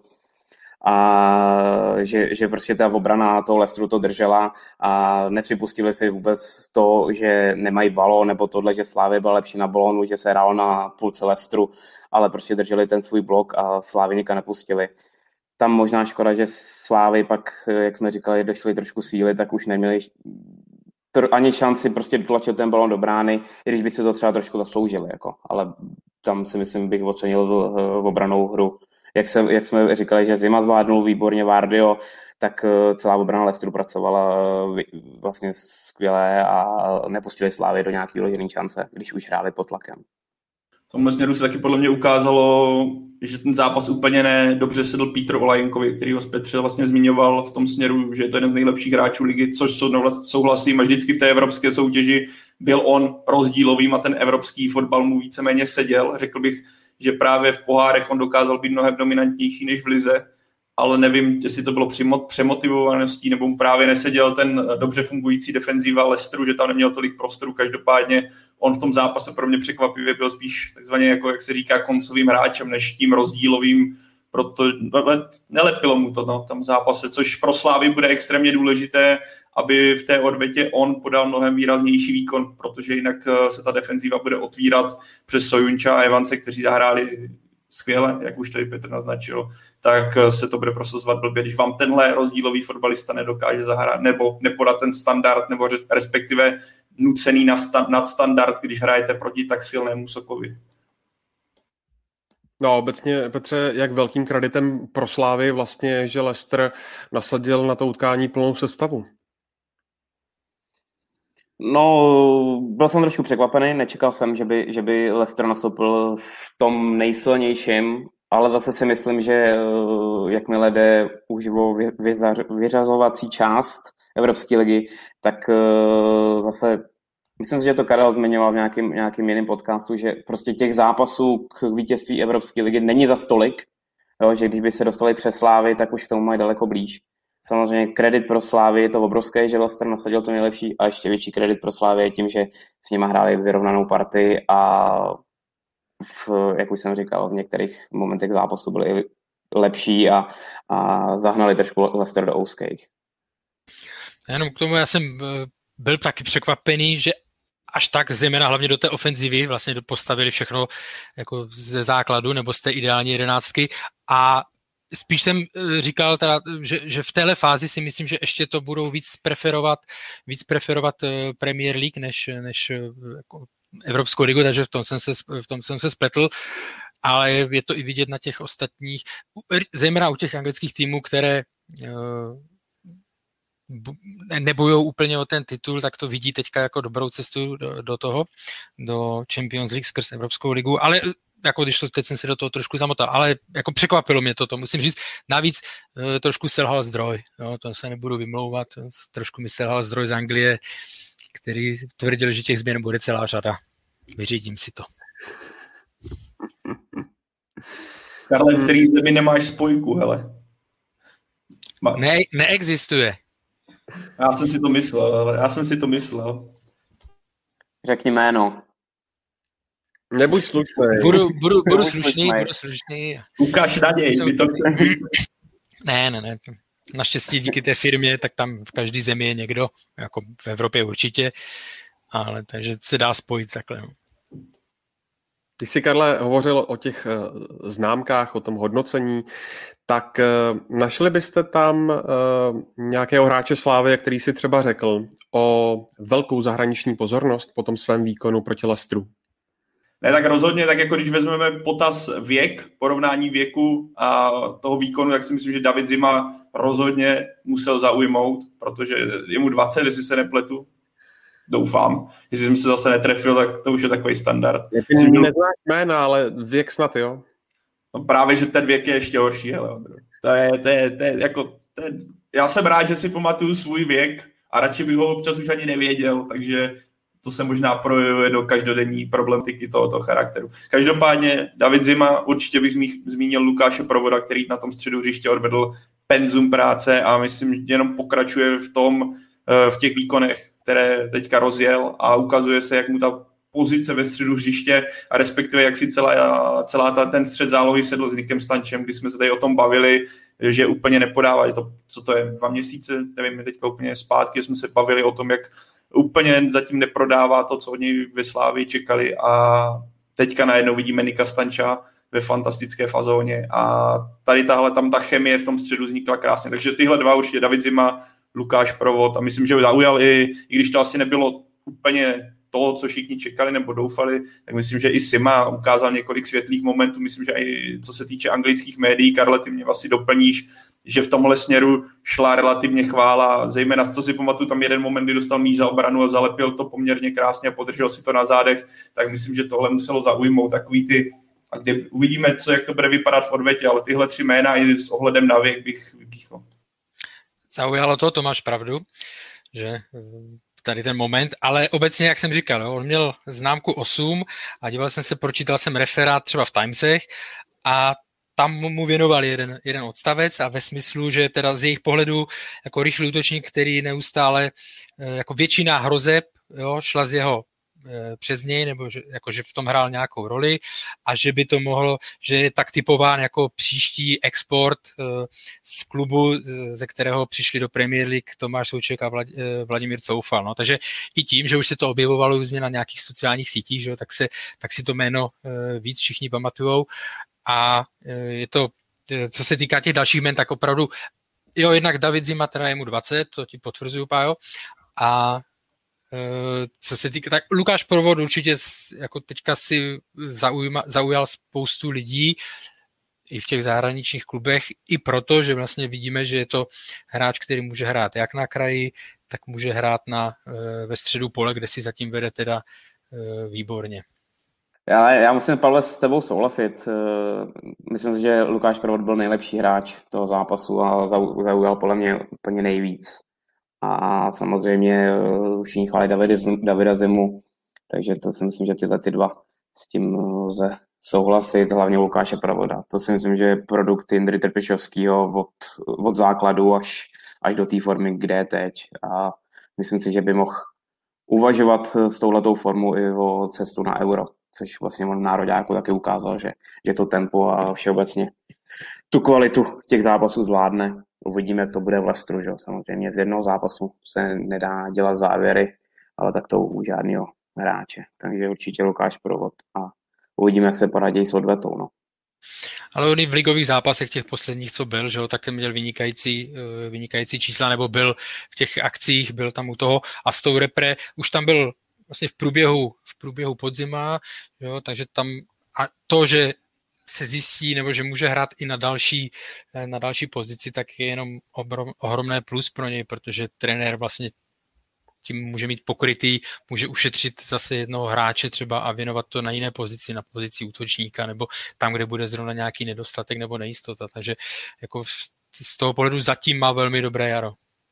A že prostě ta obrana toho Leicesteru to držela a nepřipustili si vůbec to, že nemají balón, nebo tohle, že Slavia byla lepší na balónu, že se hrálo na půlce Leicesteru, ale prostě drželi ten svůj blok a Slavii nikam nepustili. Tam možná škoda, že Slávy pak, jak jsme říkali, došli trošku síly, tak už neměli ani šanci prostě dotlačit ten balón do brány, i když by si to třeba trošku zasloužili. Jako. Ale tam si myslím, bych ocenil obranou hru. Jak jsme říkali, že Zima zvládnul výborně Vardio, tak celá obrana Leicesteru pracovala vlastně skvěle a nepustili Slávy do nějaký uložený šance, když už hráli pod tlakem. V tomhle směru se taky podle mě ukázalo, že ten zápas úplně nedobře sedl Petru Olajenkovi, který ho Petře vlastně zmiňoval v tom směru, že je to jeden z nejlepších hráčů ligy, což souhlasím, a vždycky v té evropské soutěži byl on rozdílovým a ten evropský fotbal mu víceméně seděl. Řekl bych, že právě v pohárech on dokázal být mnohem dominantnější než v lize, ale nevím, jestli to bylo přemotivovaností, nebo mu právě neseděl ten dobře fungující defenzíva Leicesteru, že tam neměl tolik prostoru. Každopádně on v tom zápase pro mě překvapivě byl spíš takzvaně, jako jak se říká, koncovým hráčem, než tím rozdílovým, proto nelepilo mu to no, tam v zápase, což pro Slávy bude extrémně důležité, aby v té odvetě on podal mnohem výraznější výkon, protože jinak se ta defenzíva bude otvírat přes Sojunča a Evance, kteří zahráli skvěle, jak už tady Petr naznačil, tak se to bude prosazovat blbě, když vám tenhle rozdílový fotbalista nedokáže zahrát nebo nepodat ten standard, nebo respektive nucený nadstandard, když hrajete proti tak silnému Sokovi. No, obecně, Petře, jak velkým kreditem pro Slávy vlastně, že Leicester nasadil na to utkání plnou sestavu? No, byl jsem trošku překvapený, nečekal jsem, že by Leicester nastoupil v tom nejsilnějším, ale zase si myslím, že jakmile jde už o vyřazovací část Evropské ligy, tak zase, myslím si, že to Karel zmiňoval v nějakým jiném podcastu, že prostě těch zápasů k vítězství Evropské ligy není za stolik, jo, že když by se dostali přes Slávy, tak už k tomu mají daleko blíž. Samozřejmě kredit pro Slávy je to obrovské, že Leicester nasadil to nejlepší, a ještě větší kredit pro Slávy je tím, že s nimi hráli vyrovnanou partii a jak už jsem říkal, v některých momentech zápasu byli lepší a zahnali trošku Leicester do úzkých. Jenom k tomu já jsem byl taky překvapený, že až tak, zejména hlavně do té ofenzivy, vlastně postavili všechno jako ze základu nebo z té ideální jedenáctky a spíš jsem říkal teda, že v téhle fázi si myslím, že ještě to budou víc preferovat Premier League než jako Evropskou ligu, takže v tom jsem se spletl, ale je to i vidět na těch ostatních, zejména u těch anglických týmů, které nebojou úplně o ten titul, tak to vidí teďka jako dobrou cestu do Champions League skrz Evropskou ligu, ale jako když teď jsem se do toho trošku zamotal, ale jako překvapilo mě to musím říct. Navíc trošku selhal zdroj, jo, to se nebudu vymlouvat, trošku mi selhal zdroj z Anglie, který tvrdil, že těch změn bude celá řada. Vyřídím si to. Karle, v který zemi nemáš spojku, hele? Neexistuje. Já jsem si to myslel. Řekni jméno. Nebuď slušný. Budu slušný. Ukáž na něj. Ne. Naštěstí díky té firmě, tak tam v každé zemi je někdo, jako v Evropě určitě, ale takže se dá spojit takhle. Když jsi, Karle, hovořil o těch známkách, o tom hodnocení, tak našli byste tam nějakého hráče Slávie, který si třeba řekl o velkou zahraniční pozornost po tom svém výkonu proti Leicesteru? Ne, tak rozhodně, tak jako když vezmeme potaz věk, porovnání věku a toho výkonu, tak si myslím, že David Zima rozhodně musel zaujmout, protože je mu 20, jestli se nepletu. Doufám. Jestli jsem se zase netrefil, tak to už je takový standard. Neznáš jména, ale věk snad, jo? No právě, že ten věk je ještě horší, hele. Já jsem rád, že si pamatuju svůj věk a radši bych ho občas už ani nevěděl, takže to se možná projevuje do každodenní problematiky tohoto charakteru. Každopádně David Zima, určitě bych zmínil Lukáše Provoda, který na tom středu hřiště odvedl penzum práce a myslím, že jenom pokračuje v těch výkonech, které teďka rozjel a ukazuje se, jak mu ta pozice ve středu hřiště a respektive jak si ten střed zálohy sedl s Nikem Stančem, kdy jsme se tady o tom bavili, že úplně nepodává, co to je, 2 měsíce, nevím, teďka úplně zpátky, jsme se bavili o tom, jak úplně zatím neprodává to, co od něj ve Slávii čekali a teďka najednou vidíme Nika Stanča ve fantastické fazóně a tady tam ta chemie v tom středu vznikla krásně, takže tyhle dva určitě David Zima, Lukáš Provod a myslím, že ho zaujal i když to asi nebylo úplně to, co všichni čekali nebo doufali, tak myslím, že i Sima ukázal několik světlých momentů, myslím, že i co se týče anglických médií, Karle, ty mě vlastně doplníš, že v tomhle směru šla relativně chvála, zejména co si pamatuju, tam jeden moment, kdy dostal míč za obranu a zalepil to poměrně krásně a podržel si to na zádech, tak myslím, že tohle muselo zaujmout takový ty, a kde uvidíme, jak to bude vypadat v odvětě, ale tyhle 3 jména i s ohledem na věk bych vypíchl. Zaujalo to máš pravdu, že tady ten moment, ale obecně, jak jsem říkal, on měl známku 8 a pročítal jsem referát třeba v Timesech a tam mu věnoval jeden odstavec a ve smyslu, že teda z jejich pohledu jako rychlý útočník, který neustále jako většina hrozeb šla z jeho přes něj, nebo že v tom hrál nějakou roli a že by to mohlo, že je tak typován jako příští export z klubu, ze kterého přišli do Premier League Tomáš Souček a Vladimír Coufal. No, takže i tím, že už se to objevovalo různě na nějakých sociálních sítích, že, tak si to jméno víc všichni pamatujou a je to, co se týká těch dalších jmen, tak opravdu jednak David Zima, teda je mu 20, to ti potvrzuju, Pájo, a co se týká, tak Lukáš Provod určitě jako teďka si zaujal spoustu lidí i v těch zahraničních klubech, i proto, že vlastně vidíme, že je to hráč, který může hrát jak na kraji, tak může hrát ve středu pole, kde si zatím vede teda výborně. Já musím, Pavle, s tebou souhlasit. Myslím si, že Lukáš Provod byl nejlepší hráč toho zápasu a zaujal podle mě úplně nejvíc. A samozřejmě všichni chválí Davida Zimu, takže to si myslím, že tyhle ty dva s tím lze souhlasit, hlavně Lukáše Provoda. To si myslím, že je produkt Jindry Trpišovského od základu až do té formy, kde je teď. A myslím si, že by mohl uvažovat s touhletou formou i o cestu na Euro, což vlastně on v nároďáku taky ukázal, že to tempo a všeobecně tu kvalitu těch zápasů zvládne. Uvidíme, jak to bude v Leicesteru, že? Samozřejmě z jednoho zápasu se nedá dělat závěry, ale tak to u žádného hráče. Takže určitě Lukáš Provod a uvidíme, jak se poradí s odvetou. No. Ale on i v ligových zápasech těch posledních, co byl, že jo, tak měl vynikající čísla, nebo byl v těch akcích, byl tam u toho a s tou repre už tam byl vlastně v průběhu podzima, jo, takže tam a to, že se zjistí, nebo že může hrát i na další pozici, tak je jenom ohromné plus pro něj, protože trenér vlastně tím může mít pokrytý, může ušetřit zase jednoho hráče třeba a věnovat to na jiné pozici, na pozici útočníka, nebo tam, kde bude zrovna nějaký nedostatek nebo nejistota. Takže jako z toho pohledu zatím má velmi dobré jaro.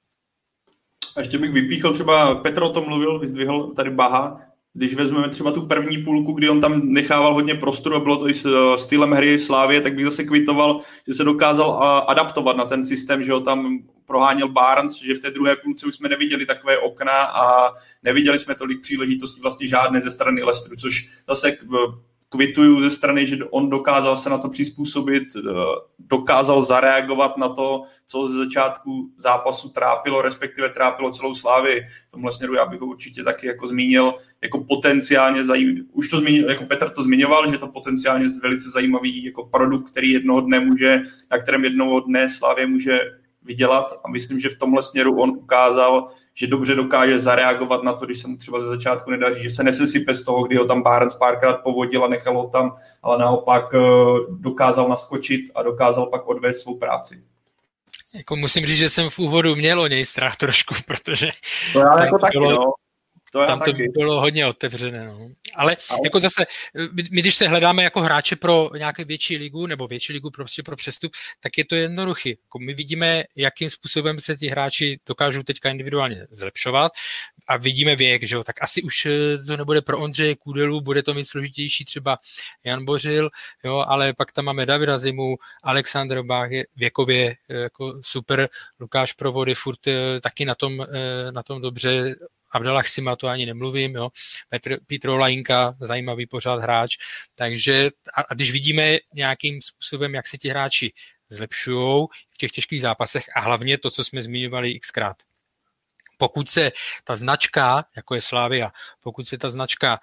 A ještě bych vypíchl, třeba Petr o tom mluvil, vyzdvihl tady Baha, když vezmeme třeba tu první půlku, kdy on tam nechával hodně prostoru a bylo to i s stylem hry Slávie, tak bych zase kvitoval, že se dokázal adaptovat na ten systém, že ho tam proháněl Barnes, že v té druhé půlce už jsme neviděli takové okna a neviděli jsme tolik příležitostí vlastně žádné ze strany Leicesteru, což zase kvituju ze strany, že on dokázal se na to přizpůsobit, dokázal zareagovat na to, co ze začátku zápasu trápilo, respektive trápilo celou Slávii. V tomhle směru já bych ho určitě taky jako zmínil, jako potenciálně zajímavý, už to zmínil, jako Petr to zmiňoval, že to potenciálně velice zajímavý jako produkt, který jednoho dne na kterém jednoho dne Slávie může vydělat, a myslím, že v tomhle směru on ukázal, že dobře dokáže zareagovat na to, když se mu třeba ze začátku nedaří, že se nesesype z toho, kdy ho tam Barnes párkrát povodil a nechal ho tam, ale naopak dokázal naskočit a dokázal pak odvést svou práci. Jako musím říct, že jsem v úvodu měl o něj strach trošku, protože to já jako taky, no. Tam to bylo hodně otevřené. No. Ale jako zase, my když se hledáme jako hráče pro nějaké větší ligu, nebo větší ligu prostě pro přestup, tak je to jednoduché. Jako my vidíme, jakým způsobem se ti hráči dokážou teďka individuálně zlepšovat a vidíme věk, že jo, tak asi už to nebude pro Ondřeje Kůdelu, bude to mít složitější třeba Jan Bořil, jo, ale pak tam máme Davida Zimu, Alexander Bach je věkově jako super, Lukáš Provody furt taky na tom dobře, Abdallah Sima, to ani nemluvím, jo. Petr Olajinka, zajímavý pořád hráč, takže a když vidíme nějakým způsobem, jak se ti hráči zlepšujou v těch těžkých zápasech a hlavně to, co jsme zmiňovali xkrát. Pokud se ta značka, jako je Slavia, pokud se ta značka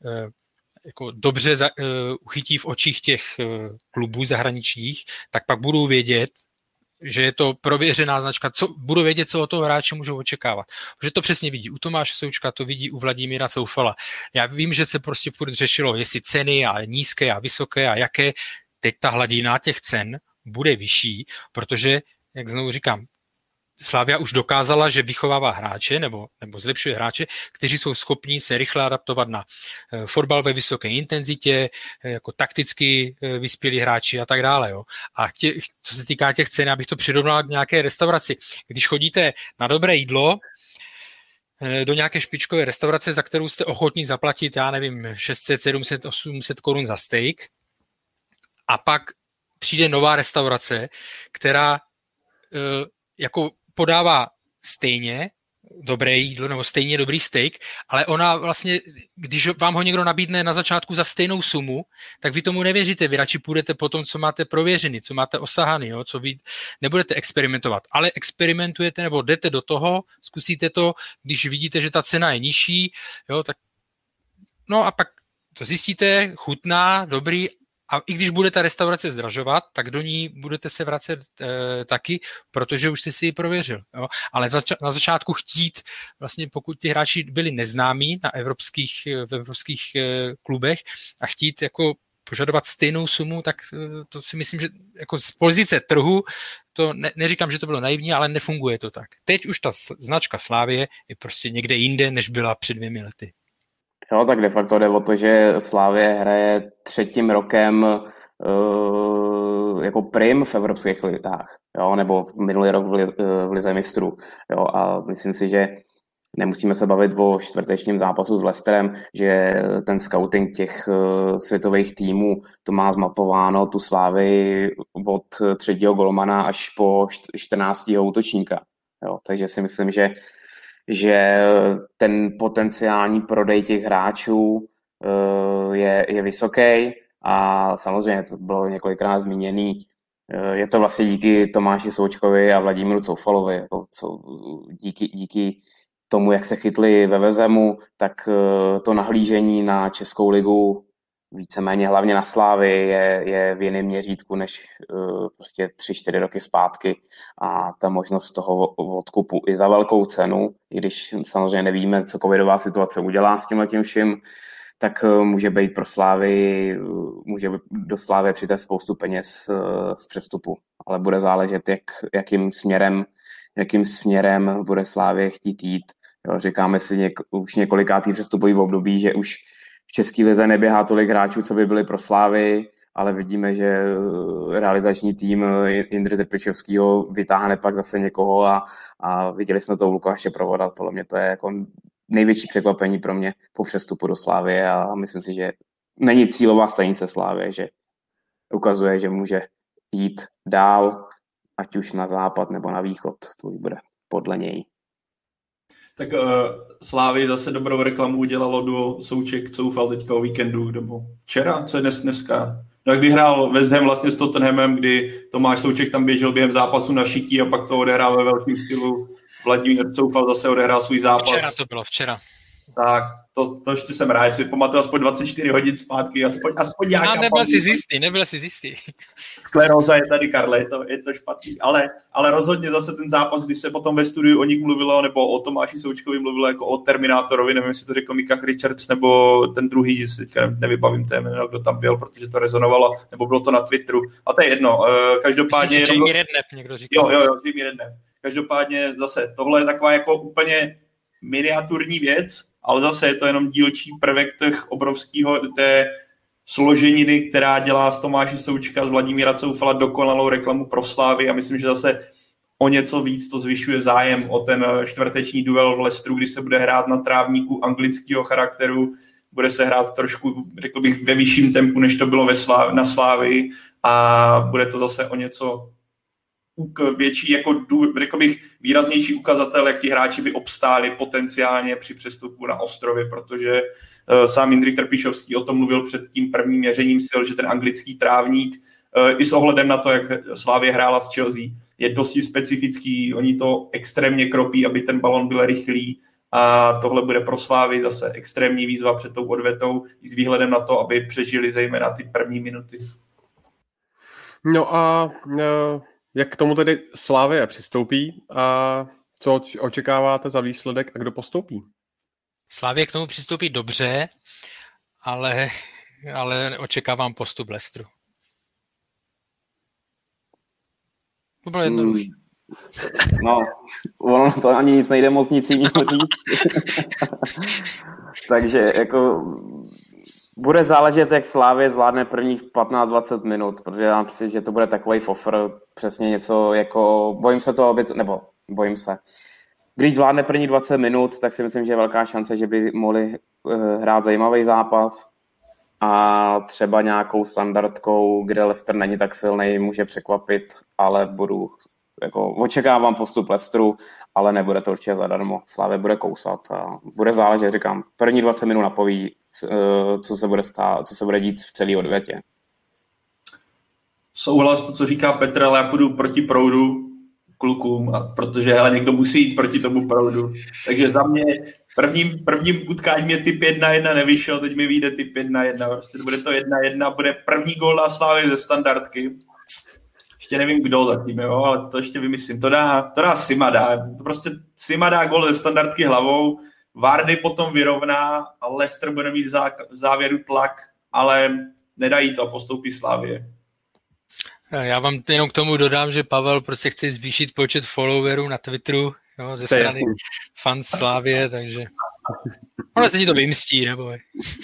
jako dobře uchytí v očích těch klubů zahraničních, tak pak budou vědět, že je to prověřená značka, budu vědět, co od toho hráče můžou očekávat. Protože to přesně vidí u Tomáše Součka, to vidí u Vladimíra Coufala. Já vím, že se prostě furt řešilo, jestli ceny a nízké a vysoké a jaké. Teď ta hladina těch cen bude vyšší, protože, jak znovu říkám, Slavia už dokázala, že vychovává hráče nebo zlepšuje hráče, kteří jsou schopní se rychle adaptovat na fotbal ve vysoké intenzitě, jako takticky vyspělí hráči a tak dále. Jo. A co se týká těch cen, abych to přirovnal k nějaké restauraci. Když chodíte na dobré jídlo do nějaké špičkové restaurace, za kterou jste ochotní zaplatit, já nevím, 600, 700, 800 korun za steak, a pak přijde nová restaurace, která jako podává stejně dobré jídlo nebo stejně dobrý steak, ale ona vlastně, když vám ho někdo nabídne na začátku za stejnou sumu, tak vy tomu nevěříte, vy radši půjdete po tom, co máte prověřený, co máte osahaný, jo, co vy nebudete experimentovat, ale experimentujete nebo jdete do toho, zkusíte to, když vidíte, že ta cena je nižší, jo, tak no a pak to zjistíte, chutná, dobrý, a i když bude ta restaurace zdražovat, tak do ní budete se vracet taky, protože už jste si ji prověřil. Jo? Ale na začátku chtít, vlastně pokud ty hráči byli neznámí v evropských klubech a chtít jako požadovat stejnou sumu, tak to si myslím, že jako z pozice trhu, to neříkám, že to bylo naivní, ale nefunguje to tak. Teď už ta značka Slavie je prostě někde jinde, než byla před 2 lety. Jo, tak de facto jde o to, že Slavie hraje 3. rokem jako prim v evropských ligách, jo, nebo minulý rok v Lize mistrů. Jo, a myslím si, že nemusíme se bavit o čtvrtečním zápasu s Leicesterem, že ten scouting těch světových týmů to má zmapováno tu Slavii od 3. golmana až po 14. útočníka. Jo, takže si myslím, že ten potenciální prodej těch hráčů je vysoký a samozřejmě to bylo několikrát zmíněný. Je to vlastně díky Tomáši Součkovi a Vladimíru Coufalovi. Jako díky tomu, jak se chytli ve Vezemu, tak to nahlížení na Českou ligu víceméně hlavně na Slávii je v jiném měřítku než prostě 3-4 roky zpátky a ta možnost toho odkupu i za velkou cenu, i když samozřejmě nevíme, co covidová situace udělá s tímhletím vším, tak může být pro Slávii, může do Slávie přijít spoustu peněz z přestupu, ale bude záležet, jakým směrem bude Slávie chtít jít. Jo, říkáme si už několikátý přestupový období, že už v České lize neběhá tolik hráčů, co by byli pro Slávy, ale vidíme, že realizační tým Jindry Trpišovského vytáhne pak zase někoho a viděli jsme to u Lukáše Provoda. Podle mě to je jako největší překvapení pro mě po přestupu do Slávy a myslím si, že není cílová stanice Slávy, že ukazuje, že může jít dál, ať už na západ nebo na východ. To bude podle něj. Tak Slávy zase dobrou reklamu udělalo duo Souček Coufal teďka o víkendu, nebo včera, co je dneska. No, kdy hrál West Ham vlastně s Tottenhamem, kdy Tomáš Souček tam běžel během zápasu na šití a pak to odehrál ve velkém stylu. Vladimír Coufal zase odehrál svůj zápas. Včera to bylo, včera. Tak, to ještě jsem rád, si pamatuju aspoň 24 hodin zpátky, aspoň nějaká... Nebyl si zjistý. Skleróza je tady, Karle, je to špatný, ale rozhodně zase ten zápas, kdy se potom ve studiu o nich mluvilo, nebo o Tomáši Součkovi mluvilo jako o Terminátorovi, nevím, jestli to řekl Mika Richards, nebo ten druhý, teďka nevybavím té jméno, kdo tam byl, protože to rezonovalo, nebo bylo to na Twitteru, a to je jedno, každopádně... Myslím, že Jamie Redknapp někdo říkal. Jo, Jamie Redknapp. Každopádně zase, tohle je taková jako úplně miniaturní věc, ale zase je to jenom dílčí prvek té složeniny, která dělá z Tomáše Součka, z Vladimíra Coufala dokonalou reklamu pro Slávy a myslím, že zase o něco víc to zvyšuje zájem o ten čtvrteční duel v Leicesteru, kdy se bude hrát na trávníku anglického charakteru, bude se hrát trošku, řekl bych, ve vyšším tempu, než to bylo na Slávii a bude to zase o něco větší, jako řekl bych, výraznější ukazatel, jak ti hráči by obstáli potenciálně při přestupu na ostrovy, protože sám Jindřich Trpišovský o tom mluvil před tím prvním měřením sil, že ten anglický trávník i s ohledem na to, jak Slavia hrála s Chelsea, je dosti specifický, oni to extrémně kropí, aby ten balon byl rychlý a tohle bude pro Slavii zase extrémní výzva před tou odvetou i s výhledem na to, aby přežili zejména ty první minuty. No a jak k tomu tedy Slavia přistoupí a co očekáváte za výsledek a kdo postoupí? Slavia k tomu přistoupí dobře, ale očekávám postup Leicesteru. To bylo jednoduché. No, ono to ani nic nejde moc nic jiného říct. Takže jako bude záležet, jak Slavia zvládne prvních 15-20 minut, protože já mám pocit, že to bude takovej fofr, přesně něco jako, bojím se. Když zvládne první 20 minut, tak si myslím, že je velká šance, že by mohli hrát zajímavý zápas a třeba nějakou standardkou, kde Leicester není tak silný, může překvapit, ale očekávám postup Leicesteru, ale nebude to určitě zadarmo. Slavia bude kousat a bude záležet, říkám, první 20 minut napoví, co se bude dít v celé odvětě. Souhlas to, co říká Petr, ale já půjdu proti proudu klukům, protože někdo musí jít proti tomu proudu. Takže za mě prvním utkání mě typ 1-1 nevyšel, teď mi vyjde typ 1-1. Prostě bude to 1-1, bude první gól na Slavii ze standardky. Ještě nevím, kdo zatím, jo, ale to ještě vymyslím. To dá Simada. Prostě Sima dá gól ze standardky hlavou, Vardy potom vyrovná a Leicester bude mít v závěru tlak, ale nedají to, postoupí Slavie. Já vám jenom k tomu dodám, že Pavel prostě chce zvýšit počet followerů na Twitteru, jo, ze strany fans Slavie, takže ono se ti to vymstí, neboj.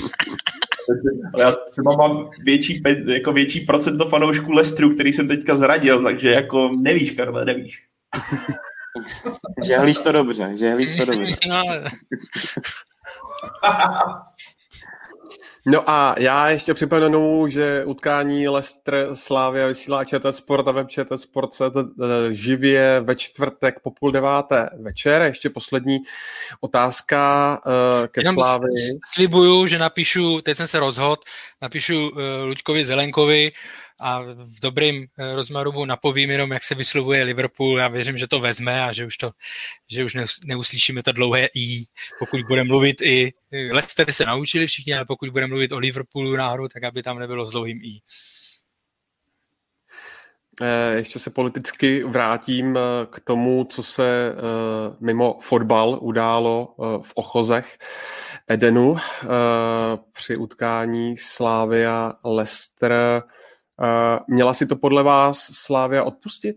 Já třeba mám větší procento fanoušků Leicesteru, který jsem teďka zradil, takže jako nevíš, Karle, nevíš. Žehlíš to dobře. No. No a já ještě připomenu, že utkání Leicester Slavia vysílá ČT Sport a web ČT Sport se živě ve čtvrtek po 8:30 večer. Ještě poslední otázka ke Slavii. Slibuju, že teď jsem se rozhodl, napíšu Luďkovi Zelenkovi a v dobrým rozmaru napovím jenom, jak se vyslovuje Liverpool. Já věřím, že to vezme a že už neuslyšíme to dlouhé i. Pokud bude mluvit i Leicester se naučili všichni, ale pokud bude mluvit o Liverpoolu náhodou, tak aby tam nebylo s dlouhým i. Ještě se politicky vrátím k tomu, co se mimo fotbal událo v Ochozech Edenu při utkání Slavia Leicester. Měla si to podle vás Slavia odpustit?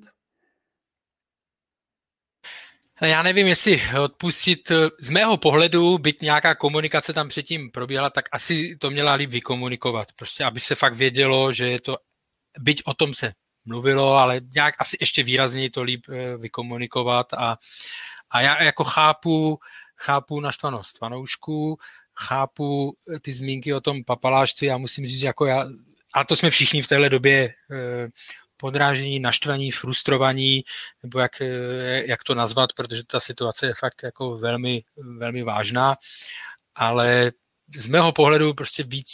Já nevím, jestli odpustit. Z mého pohledu, byť nějaká komunikace tam předtím probíhala, tak asi to měla líp vykomunikovat. Prostě, aby se fakt vědělo, že je to, byť o tom se mluvilo, ale nějak asi ještě výrazněji to líp vykomunikovat. A já jako chápu naštvanost fanoušků, chápu ty zmínky o tom papalášství. Já musím říct, jako a to jsme všichni v téhle době podrážení, naštvaní, frustrovaní, nebo jak to nazvat, protože ta situace je fakt jako velmi, velmi vážná, ale z mého pohledu prostě víc,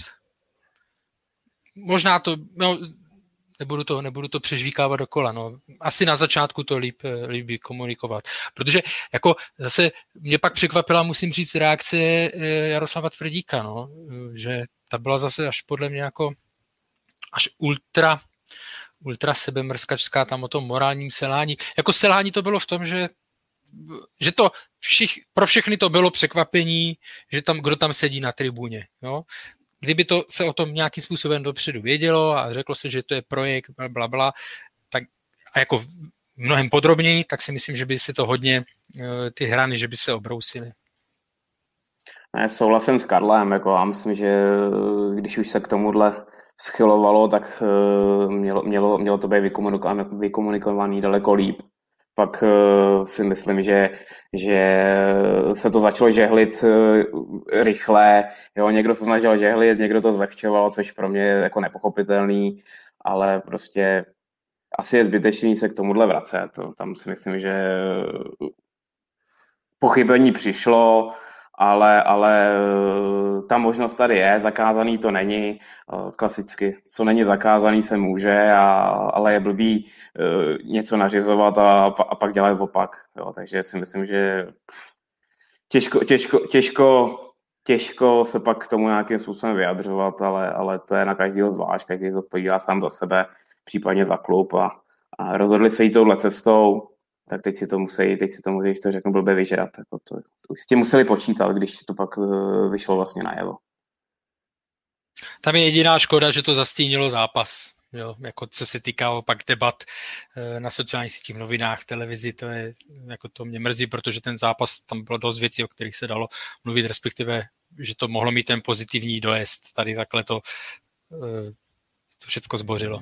možná to, no, nebudu to přežvíkávat dokola, no. Asi na začátku to líp komunikovat, protože jako zase mě pak překvapila, musím říct, reakce Jaroslava Tvrdíka, no, že ta byla zase až podle mě jako až ultra sebemrskačská tam o tom morálním selhání. Jako selhání to bylo v tom, že to pro všechny to bylo překvapení, že tam, kdo tam sedí na tribuně, jo. Kdyby to se o tom nějakým způsobem dopředu vědělo a řeklo se, že to je projekt, blablabla, tak a jako mnohem podrobněji, tak si myslím, že by si to hodně ty hrany, že by se obrousily. Já souhlasím s Karlem, jako já myslím, že když už se k tomuhle schylovalo, tak mělo to být vykomunikovaný daleko líp. Pak si myslím, že se to začalo žehlit rychle, jo, někdo se snažil žehlit, někdo to zlehčoval, což pro mě je jako nepochopitelný, ale prostě asi je zbytečný se k tomuhle vracet. Tam si myslím, že pochybení přišlo, ale ta možnost tady je, zakázaný to není, klasicky, co není zakázaný se může, ale je blbý něco nařizovat a pak dělat opak, jo, takže si myslím, že těžko se pak k tomu nějakým způsobem vyjadřovat, ale to je na každého zvlášť, každý to odpovídá sám za sebe, případně za klub a rozhodli se jít touhle cestou, tak teď si to musí, když to řeknu, blbě vyžrat. Jako to už s tím museli počítat, když to pak vyšlo vlastně najevo. Tam je jediná škoda, že to zastínilo zápas. Jo, jako co se týká opak debat na sociálních sítích, novinách, televizi, to mě mrzí, protože ten zápas, tam bylo dost věcí, o kterých se dalo mluvit, respektive, že to mohlo mít ten pozitivní dojezd. Tady takhle to všecko zbořilo.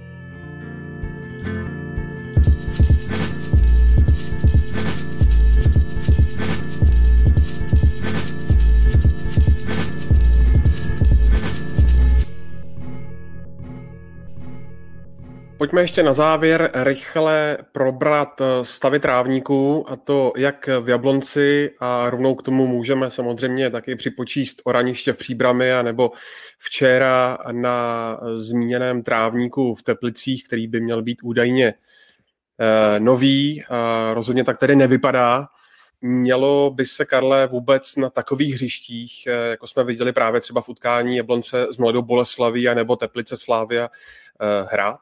Pojďme ještě na závěr rychle probrat stavy trávníků, a to jak v Jablonci, a rovnou k tomu můžeme samozřejmě taky připočíst Oraniště v Příbrami, anebo včera na zmíněném trávníku v Teplicích, který by měl být údajně nový. Rozhodně tak tedy nevypadá. Mělo by se, Karle, vůbec na takových hřištích, jako jsme viděli právě třeba v utkání Jablonce s Mladou Boleslaví a nebo Teplice Slavia, hrát?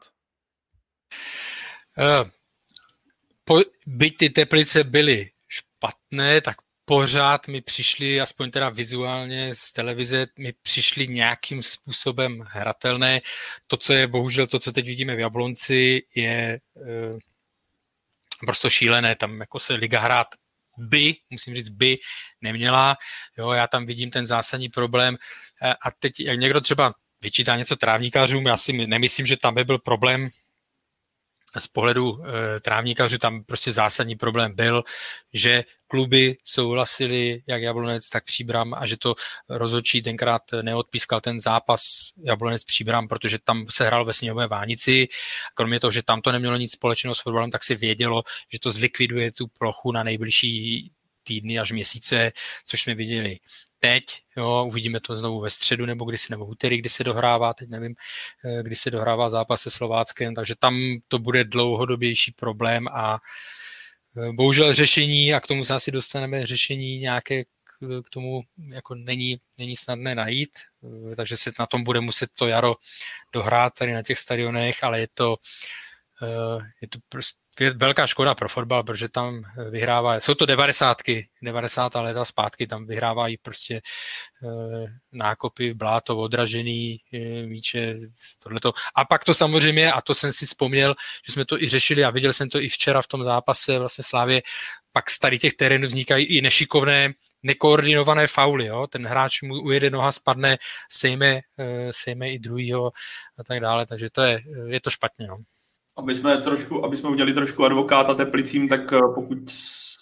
Byť ty Teplice byly špatné, tak pořád mi přišly, aspoň teda vizuálně z televize, mi přišly nějakým způsobem hratelné. To, co je bohužel, to, co teď vidíme v Jablonci, je prostě šílené. Tam jako se liga hrát musím říct, neměla. Jo, já tam vidím ten zásadní problém. A teď, jak někdo třeba vyčítá něco trávníkařům, já si nemyslím, že tam by byl problém. Z pohledu trávníkařů tam prostě zásadní problém byl, že kluby souhlasili, jak Jablonec, tak Příbram, a že to rozhodčí tenkrát neodpískal ten zápas Jablonec-Příbram, protože tam se hrál ve Sněhové Vánici. Kromě toho, že tam to nemělo nic společného s fotbalem, tak si vědělo, že to zlikviduje tu plochu na nejbližší týdny až měsíce, což jsme viděli teď. Jo, uvidíme to znovu ve středu nebo v úterý, kdy se dohrává, teď nevím, kdy se dohrává zápas se Slováckem, takže tam to bude dlouhodobější problém a bohužel řešení, a k tomu se asi dostaneme, řešení nějaké k tomu jako není snadné najít, takže se na tom bude muset to jaro dohrát tady na těch stadionech, ale je to prostě velká škoda pro fotbal, protože tam vyhrává, jsou to 90. léta zpátky, tam vyhrávají prostě nákopy, bláto, odražený míče, tohleto. A pak to samozřejmě, a to jsem si vzpomněl, že jsme to i řešili a viděl jsem to i včera v tom zápase vlastně Slávě, pak z tady těch terénů vznikají i nešikovné, nekoordinované fauly, jo? Ten hráč mu ujede noha, spadne, sejme i druhýho a tak dále, takže to je to špatně, no. Aby jsme udělali trošku advokáta Teplicím, tak pokud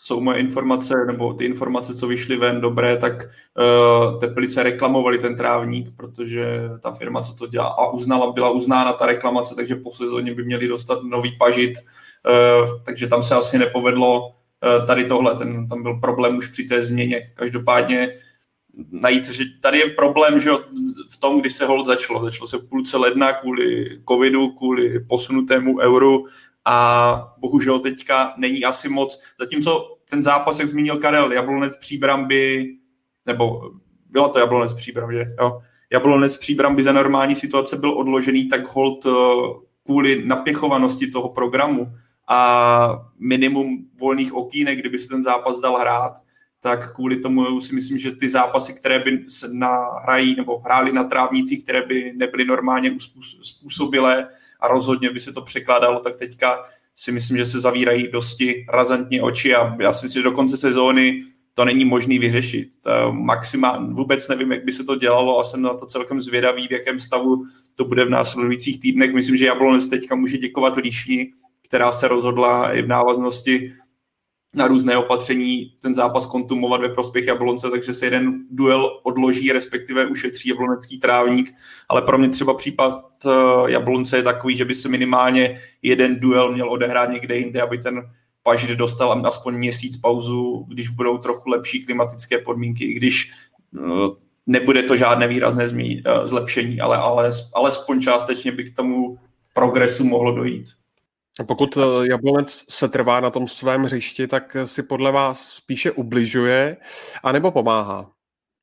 jsou moje informace, nebo ty informace, co vyšly ven dobré, tak Teplice reklamovali ten trávník, protože ta firma, co to dělá a byla uznána ta reklamace, takže po sezóně by měli dostat nový pažit, takže tam se asi nepovedlo tady tohle, tam byl problém už při té změně. Každopádně najít, že tady je problém, že v tom, kdy se hold začalo se v půlce ledna kvůli covidu, kvůli posunutému euru a bohužel teďka není asi moc, zatímco ten zápas, jak zmínil Karel, Jablonec Příbram nebo byla to Jablonec Příbram, že jo? Jablonec Příbram by za normální situace byl odložený, tak hold kvůli napěchovanosti toho programu a minimum volných okýnek, kdyby se ten zápas dal hrát, tak kvůli tomu si myslím, že ty zápasy, které by se hrají nebo hrály na trávnicích, které by nebyly normálně způsobilé a rozhodně by se to překládalo, tak teďka si myslím, že se zavírají dosti razantně oči a já si myslím, že do konce sezóny to není možný vyřešit. Vůbec nevím, jak by se to dělalo a jsem na to celkem zvědavý, v jakém stavu to bude v následujících týdnech. Myslím, že Jablonec teďka může děkovat Líšni, která se rozhodla i v návaznosti na různé opatření ten zápas kontumovat ve prospěch Jablonce, takže se jeden duel odloží, respektive ušetří jablonecký trávník, ale pro mě třeba případ Jablonce je takový, že by se minimálně jeden duel měl odehrát někde jinde, aby ten pažit dostal aspoň měsíc pauzu, když budou trochu lepší klimatické podmínky, i když nebude to žádné výrazné zlepšení, ale alespoň částečně by k tomu progresu mohlo dojít. Pokud Jablonec se trvá na tom svém hřišti, tak si podle vás spíše ubližuje, anebo pomáhá?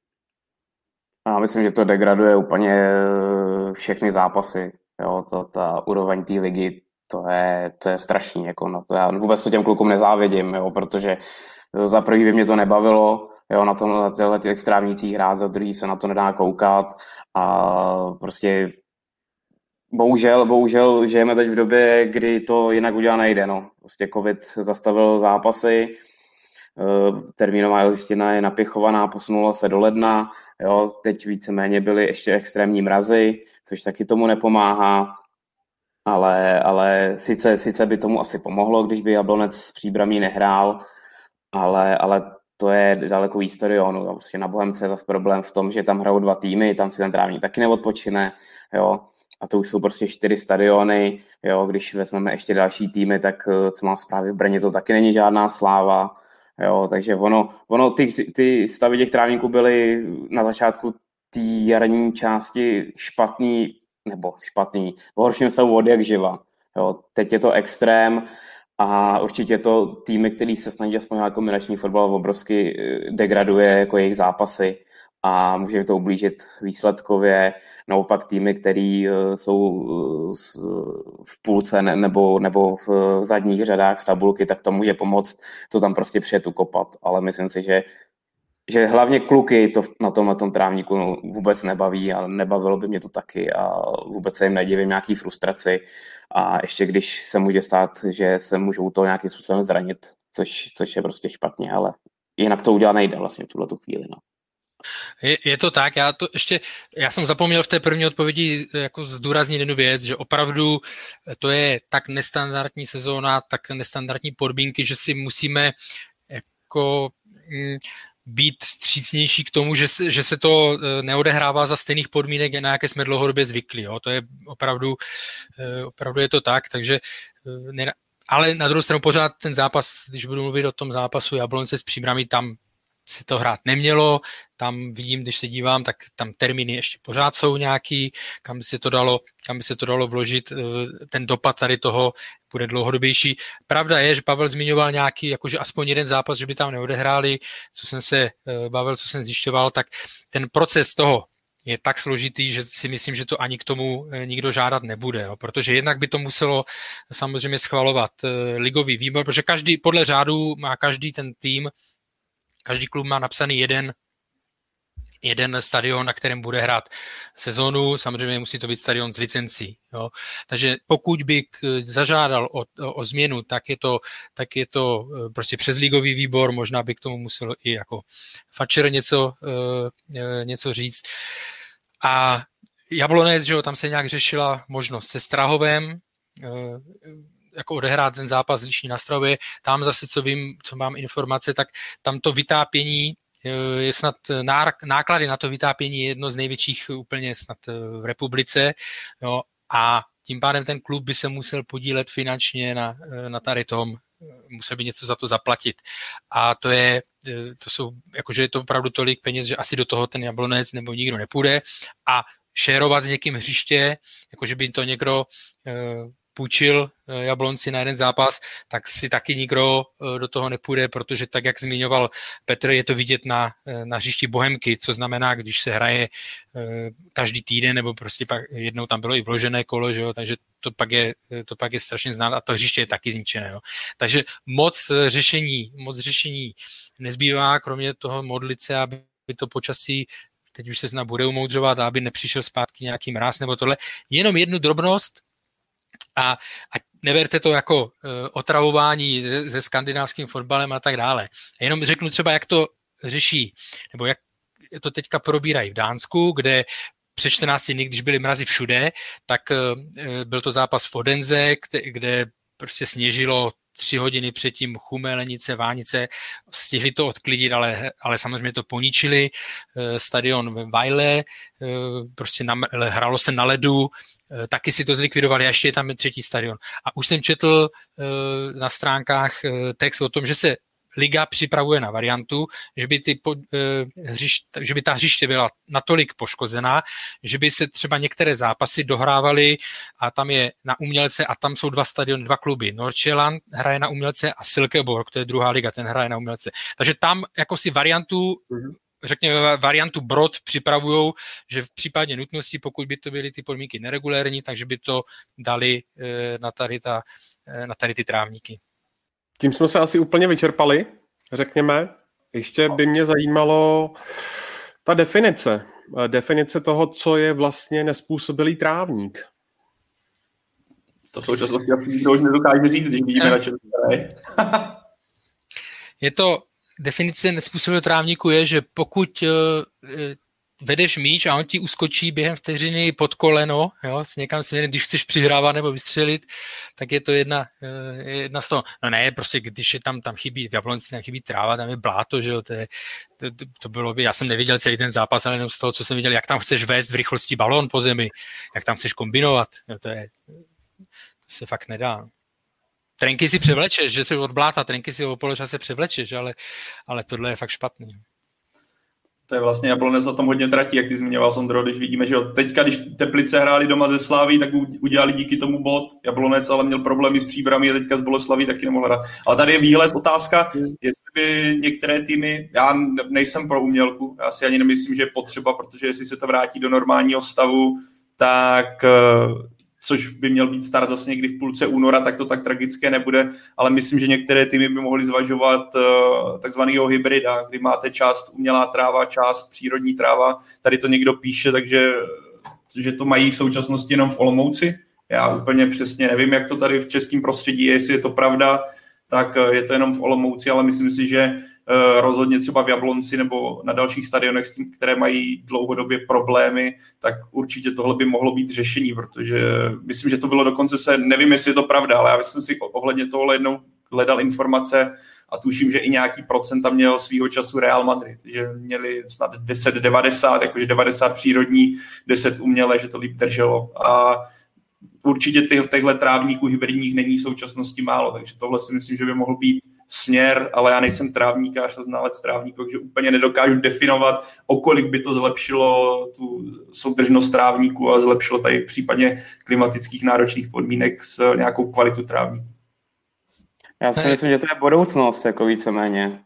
Já myslím, že to degraduje úplně všechny zápasy. Jo, ta úroveň té ligy, to je strašný. Jako na to. Já vůbec to těm klukům nezávidím, jo, protože za první by mě to nebavilo, jo, na těch trávnicích hrát, za druhý se na to nedá koukat a prostě Bohužel žijeme teď v době, kdy to jinak udělat nejde. No. Prostě covid zastavil zápasy, termínová listina je napěchovaná, posunulo se do ledna, jo. Teď víceméně byly ještě extrémní mrazy, což taky tomu nepomáhá, ale sice by tomu asi pomohlo, když by Jablonec s Příbramí nehrál, ale to je daleko víc stadionu. Prostě na Bohemce je zase problém v tom, že tam hrajou 2 týmy, tam si ten trávník taky neodpočine, jo. A to už jsou prostě 4 stadiony, jo, když vezmeme ještě další týmy, tak co mám zprávy v Brně, to taky není žádná sláva, jo, takže ono ty stavy těch trávníků byly na začátku té jarní části špatný, v horším stavu od jak živa, jo, teď je to extrém a určitě to týmy, který se snaží aspoň jako kombinační fotbal obrovsky degraduje jako jejich zápasy a může to ublížit výsledkově. Naopak týmy, které jsou v půlce nebo v zadních řadách v tabulky, tak to může pomoct to tam prostě přijet ukopat. Ale myslím si, že hlavně kluky to na tom trávníku vůbec nebaví a nebavilo by mě to taky a vůbec se jim nedivím nějaký frustraci. A ještě když se může stát, že se můžou to nějakým způsobem zranit, což je prostě špatně, ale jinak to udělat nejde vlastně v tuhletu chvíli. No. Je to tak, já jsem zapomněl v té první odpovědi jako zdůraznit jednu věc, že opravdu to je tak nestandardní sezóna, tak nestandardní podmínky, že si musíme jako být vstřícnější k tomu, že se to neodehrává za stejných podmínek, na jaké jsme dlouhodobě zvyklí. Jo. To je opravdu je to tak, takže ale na druhou stranu pořád ten zápas, když budu mluvit o tom zápasu Jablonce s Příbrami, tam se to hrát nemělo, tam vidím, když se dívám, tak tam termíny ještě pořád jsou nějaký, kam by se to dalo vložit, ten dopad tady toho bude dlouhodobější. Pravda je, že Pavel zmiňoval nějaký, jakože aspoň jeden zápas, že by tam neodehráli, co jsem se bavil, co jsem zjišťoval, tak ten proces toho je tak složitý, že si myslím, že to ani k tomu nikdo žádat nebude, jo, protože jednak by to muselo samozřejmě schvalovat ligový výbor, protože podle řádu má každý ten tým, každý klub má napsaný jeden stadion, na kterém bude hrát sezonu, samozřejmě musí to být stadion s licencí. Jo. Takže pokud by zažádal o změnu, tak je to prostě přes ligový výbor, možná by k tomu musel i jako Fatcher něco říct. A Jablonec, že jo, tam se nějak řešila možnost se Strahovem, jako odehrát ten zápas Líšní na Strahově. Tam zase, co mám informace, tak tam to vytápění je snad náklady na to vytápění je jedno z největších úplně snad v republice, jo, a tím pádem ten klub by se musel podílet finančně na tady tom, musel by něco za to zaplatit. A to jsou, jakože je to opravdu tolik peněz, že asi do toho ten Jablonec nebo nikdo nepůjde a šérovat s někým hřiště, jakože by to někdo půjčil Jablonci na jeden zápas, tak si taky nikdo do toho nepůjde, protože tak, jak zmiňoval Petr, je to vidět na hřišti Bohemky, co znamená, když se hraje každý týden, nebo prostě pak jednou tam bylo i vložené kolo, že jo, takže to pak je strašně znát a to hřiště je taky zničené. Jo. Takže moc řešení nezbývá, kromě toho modlit se, aby to počasí teď už se snad bude umoudřovat, aby nepřišel zpátky nějaký mráz nebo tohle. Jenom jednu drobnost, a neberte to jako otravování se skandinávským fotbalem a tak dále. Jenom řeknu třeba, jak to řeší, nebo jak to teďka probírají v Dánsku, kde před 14 dny, když byly mrazy všude, tak byl to zápas v Odense, kde prostě sněžilo 3 hodiny předtím Chumelenice, Vánice, stihli to odklidit, ale samozřejmě to poničili. Stadion ve Vejle, prostě hralo se na ledu, taky si to zlikvidovali a ještě je tam 3. stadion. A už jsem četl na stránkách text o tom, že se liga připravuje na variantu, že by ta hřiště byla natolik poškozená, že by se třeba některé zápasy dohrávaly a tam je na umělce a tam jsou 2 stadiony, 2 kluby. Nordsjælland hraje na umělce a Silkeborg, to je druhá liga, ten hraje na umělce. Takže tam jako si variantu Brod připravujou, že v případě nutnosti, pokud by to byly ty podmínky neregulérní, takže by to dali na tady ty trávníky. Tím jsme se asi úplně vyčerpali, řekněme. Ještě by mě zajímalo ta definice toho, co je vlastně nezpůsobilý trávník. To v současnosti nikdo už nedokáže říct, když vidíme na čem. Je to definice nezpůsobilého trávníku je, že pokud vedeš míč a on ti uskočí během vteřiny pod koleno, jo, s někam směrem, když chceš přihrávat nebo vystřelit, tak je to jedna z toho. No ne, prostě když je tam chybí, v Jablonci tam chybí tráva, tam je bláto, že jo, to bylo by, já jsem neviděl celý ten zápas, ale jenom z toho, co jsem viděl, jak tam chceš vést v rychlosti balón po zemi, jak tam chceš kombinovat, jo, to se fakt nedá. Trenky si převlečeš, že se od bláta, trenky si o poločase převlečeš, ale tohle je fakt špatný. To je vlastně Jablonec na tom hodně tratí, jak ty zmiňoval, Sondro, když vidíme, že teďka, když Teplice hráli doma ze Sláví, tak udělali díky tomu bod. Jablonec ale měl problémy s příbrami a teďka z Boleslaví taky nemohl hrát. Ale tady je výhled, otázka, jestli by některé týmy, já nejsem pro umělku, já si ani nemyslím, že je potřeba, protože jestli se to vrátí do normálního stavu, tak což by měl být start zase někdy v půlce února, tak to tak tragické nebude, ale myslím, že některé týmy by mohly zvažovat takzvanýho hybrida, kdy máte část umělá tráva, část přírodní tráva. Tady to někdo píše, takže že to mají v současnosti jenom v Olomouci. Já úplně přesně nevím, jak to tady v českém prostředí je, jestli je to pravda, tak je to jenom v Olomouci, ale myslím si, že rozhodně třeba v Jablonci nebo na dalších stadionech, které mají dlouhodobě problémy, tak určitě tohle by mohlo být řešení, protože myslím, že to bylo dokonce nevím, jestli je to pravda, ale já jsem si ohledně tohle jednou hledal informace a tuším, že i nějaký procent tam měl svýho času Real Madrid, že měli snad 10-90, jakože 90 přírodní, 10 umělé, že to líp drželo a určitě těchto trávníků hybridních není v současnosti málo, takže tohle si myslím, že by mohl být směr, ale já nejsem trávníkář a znalec trávníků, takže úplně nedokážu definovat, o kolik by to zlepšilo tu soudržnost trávníků a zlepšilo tady případně klimatických náročných podmínek s nějakou kvalitu trávníků. Já si myslím, že to je budoucnost, jako víceméně,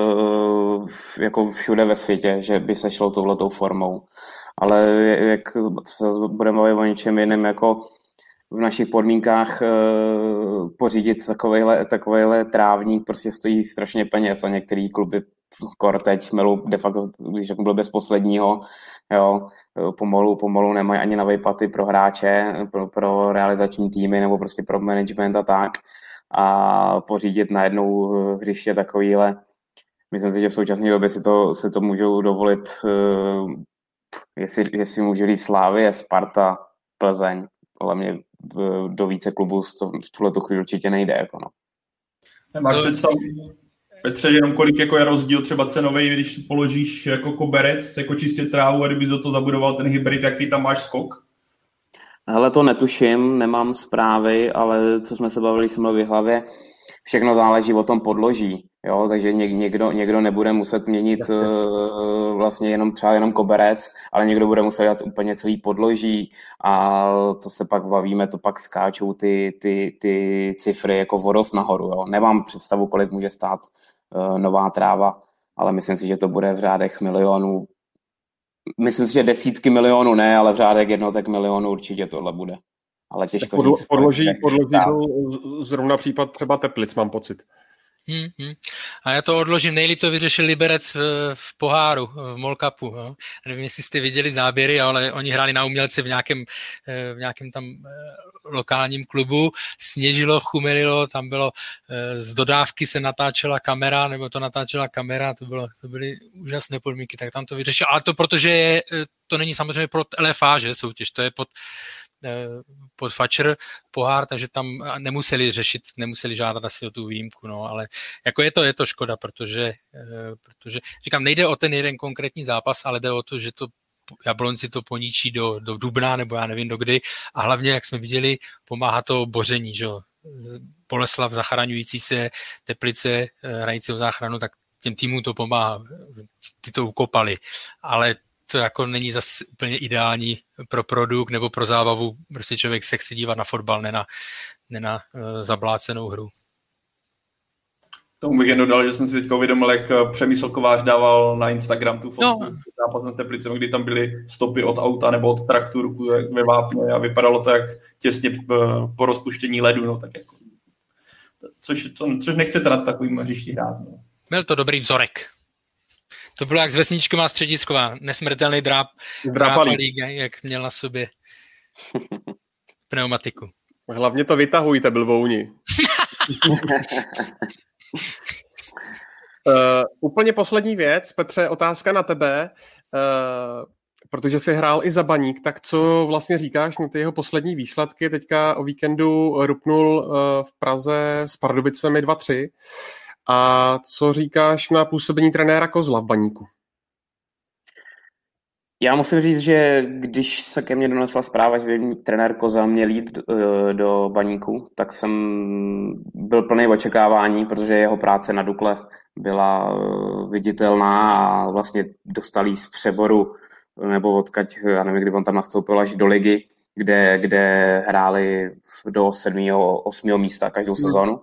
jako všude ve světě, že by se šlo touhletou formou. Ale jak se budeme mluvit o něčem jiném, jako v našich podmínkách pořídit takovejhle trávník prostě stojí strašně peněz a některý kluby skoro teď melou de facto, když byl bez posledního, jo, pomalu nemají ani na výplaty pro hráče, pro realizační týmy nebo prostě pro management a tak. A pořídit najednou hřiště takovýhle. Myslím si, že v současné době si to můžou dovolit, jestli můžu říct Slávie, Sparta, Plzeň. Ale mě do více klubů v tuhletu chvíli určitě nejde. Jako no. Máš představu, Petře, jenom kolik jako je rozdíl třeba cenový, když položíš jako koberec, jako čistě trávu a kdybys do toho zabudoval ten hybrid, jaký tam máš skok? Hele, to netuším, nemám zprávy, ale co jsme se bavili, jsem v hlavě, všechno záleží o tom podloží, jo? Takže někdo nebude muset měnit vlastně jenom koberec, ale někdo bude muset dělat úplně celý podloží a to se pak bavíme, to pak skáčou ty cifry jako vodost nahoru. Jo? Nemám představu, kolik může stát nová tráva, ale myslím si, že to bude v řádech milionů. Myslím si, že desítky milionů ne, ale v řádech jednotek milionů určitě tohle bude. Ale těžko říct. Podloží byl zrovna případ třeba Teplic, mám pocit. A já to odložím, nejlíp to vyřešil Liberec v poháru, v Mall Cupu. Jo. Nevím, jestli jste viděli záběry, ale oni hráli na umělce v nějakém tam lokálním klubu, sněžilo, chumelilo, tam bylo z dodávky se natáčela kamera, nebo to natáčela kamera, to byly úžasné podmínky, tak tam to vyřešil. Ale to protože to není samozřejmě pod LFA, že soutěž, to je pod Fatscher pohár, takže tam nemuseli žádat asi o tu výjimku, no, ale jako je to škoda, protože říkám, nejde o ten jeden konkrétní zápas, ale jde o to, že to Jablonci to poničí do dubna, nebo já nevím do kdy, a hlavně, jak jsme viděli, pomáhá to boření, že jo. Boleslav zachraňující se, Teplice hrající o záchranu, tak těm týmům to pomáhá, ty to ukopali, ale to jako není zase úplně ideální pro produkt nebo pro zábavu, prostě člověk se chce dívat na fotbal, ne na zablácenou hru. Tomu bych jen dodal, že jsem si teďka uvědomil, jak Přemysl Kovář dával na Instagram tu fotku zápasem s Teplicem, kdy tam byly stopy od auta nebo od traktu ve vápně a vypadalo to jak těsně po rozpuštění ledu, no tak jako, což nechcete na takovým hřišti hrát. No. Byl to dobrý vzorek. To bylo jak s Vesničková Středisková, nesmrtelný drápalík, jak měl na sobě pneumatiku. Hlavně to vytahujte, blbouni. Úplně poslední věc, Petře, otázka na tebe, protože jsi hrál i za Baník, tak co vlastně říkáš na ty jeho poslední výsledky? Teďka o víkendu rupnul v Praze s Pardubicemi 2-3. A co říkáš na působení trenéra Kozla v Baníku? Já musím říct, že když se ke mně donesla zpráva, že by trenér Kozel měl jít do Baníku, tak jsem byl plný očekávání, protože jeho práce na Dukle byla viditelná a vlastně dostal jí z přeboru, nebo odkud, já nevím, kdy on tam nastoupil, až do ligy, kde hráli do 7. 8. místa každou sezónu.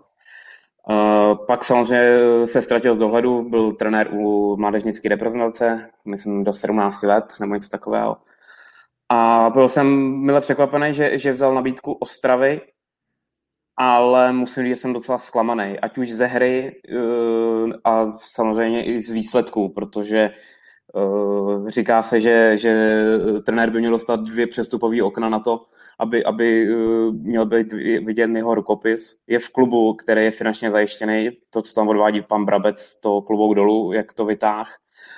Pak samozřejmě se ztratil z dohledu, byl trenér u mládežnické reprezentace, myslím do 17 let nebo něco takového. A byl jsem mile překvapený, že vzal nabídku Ostravy, ale musím říct, že jsem docela zklamaný, ať už ze hry a samozřejmě i z výsledků, protože říká se, že trenér by měl dostat 2 přestupové okna na to, aby měl být vidět jeho rukopis. Je v klubu, který je finančně zajištěný. To, co tam odvádí pan Brabec, to klobouk dolů, jak to vytáh.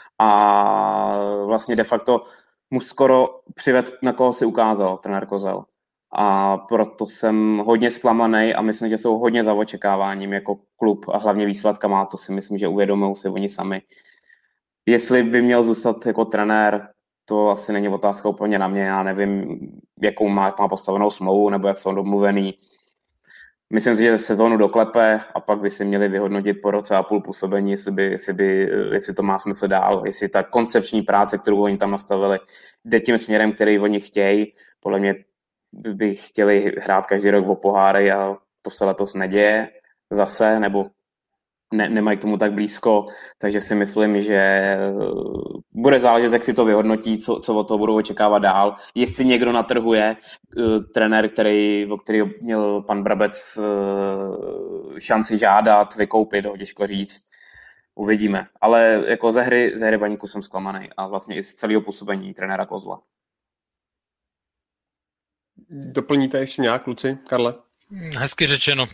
A vlastně de facto mu skoro přived, na koho si ukázal trenér Kozel. A proto jsem hodně zklamaný a myslím, že jsou hodně za očekáváním jako klub a hlavně výsledkama. To si myslím, že uvědomují si oni sami. Jestli by měl zůstat jako trenér, to asi není otázka úplně na mě, já nevím, jakou má postavenou smlouvu nebo jak jsou domluvený. Myslím si, že sezónu doklepe a pak by si měli vyhodnotit po roce a půl působení, jestli to má smysl dál, jestli ta koncepční práce, kterou oni tam nastavili, jde tím směrem, který oni chtějí. Podle mě by chtěli hrát každý rok o poháry a to se letos neděje zase, nebo nemají k tomu tak blízko, takže si myslím, že bude záležet, jak si to vyhodnotí, co od toho budou očekávat dál. Jestli někdo na trhu je trenér, o který měl pan Brabec šanci žádat, vykoupit ho, těžko říct. Uvidíme. Ale jako ze hry Baníku jsem zklamaný a vlastně i z celého působení trenéra Kozla. Doplníte ještě nějak, kluci? Karle? Hezky řečeno.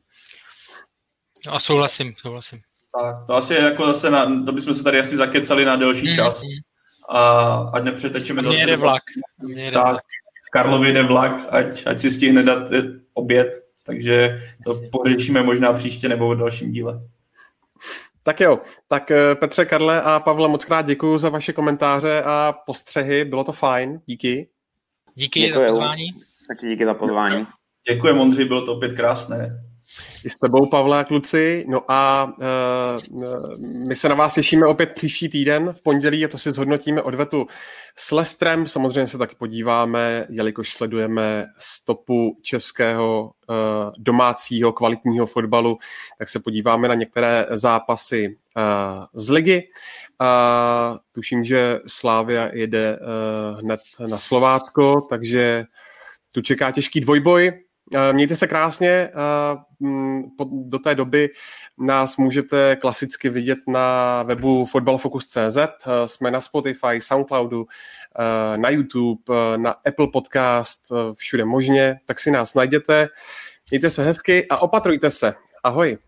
A souhlasím. Tak, to asi je jako zase, to bychom se tady asi zakecali na delší čas. A ať nepřetečeme zase. Mně jde vlak. Karlově jde vlak, ať si stihne dát oběd, takže to pořešíme možná příště nebo v dalším díle. Tak jo, tak Petře, Karle a Pavle, moc krát děkuju za vaše komentáře a postřehy, bylo to fajn, díky. Díky za pozvání. Taky díky za pozvání. Děkuji, Ondřej, bylo to opět krásné. I s tebou, Pavle a kluci. No a my se na vás těšíme opět příští týden v pondělí a to si zhodnotíme odvetu s Leicesterem. Samozřejmě se taky podíváme, jelikož sledujeme stopu českého domácího kvalitního fotbalu, tak se podíváme na některé zápasy z ligy. Tuším, že Slavia jede hned na Slovácko, takže tu čeká těžký dvojboj. Mějte se krásně, do té doby nás můžete klasicky vidět na webu fotbalfocus.cz, jsme na Spotify, Soundcloudu, na YouTube, na Apple Podcast, všude možně, tak si nás najděte, mějte se hezky a opatrujte se. Ahoj.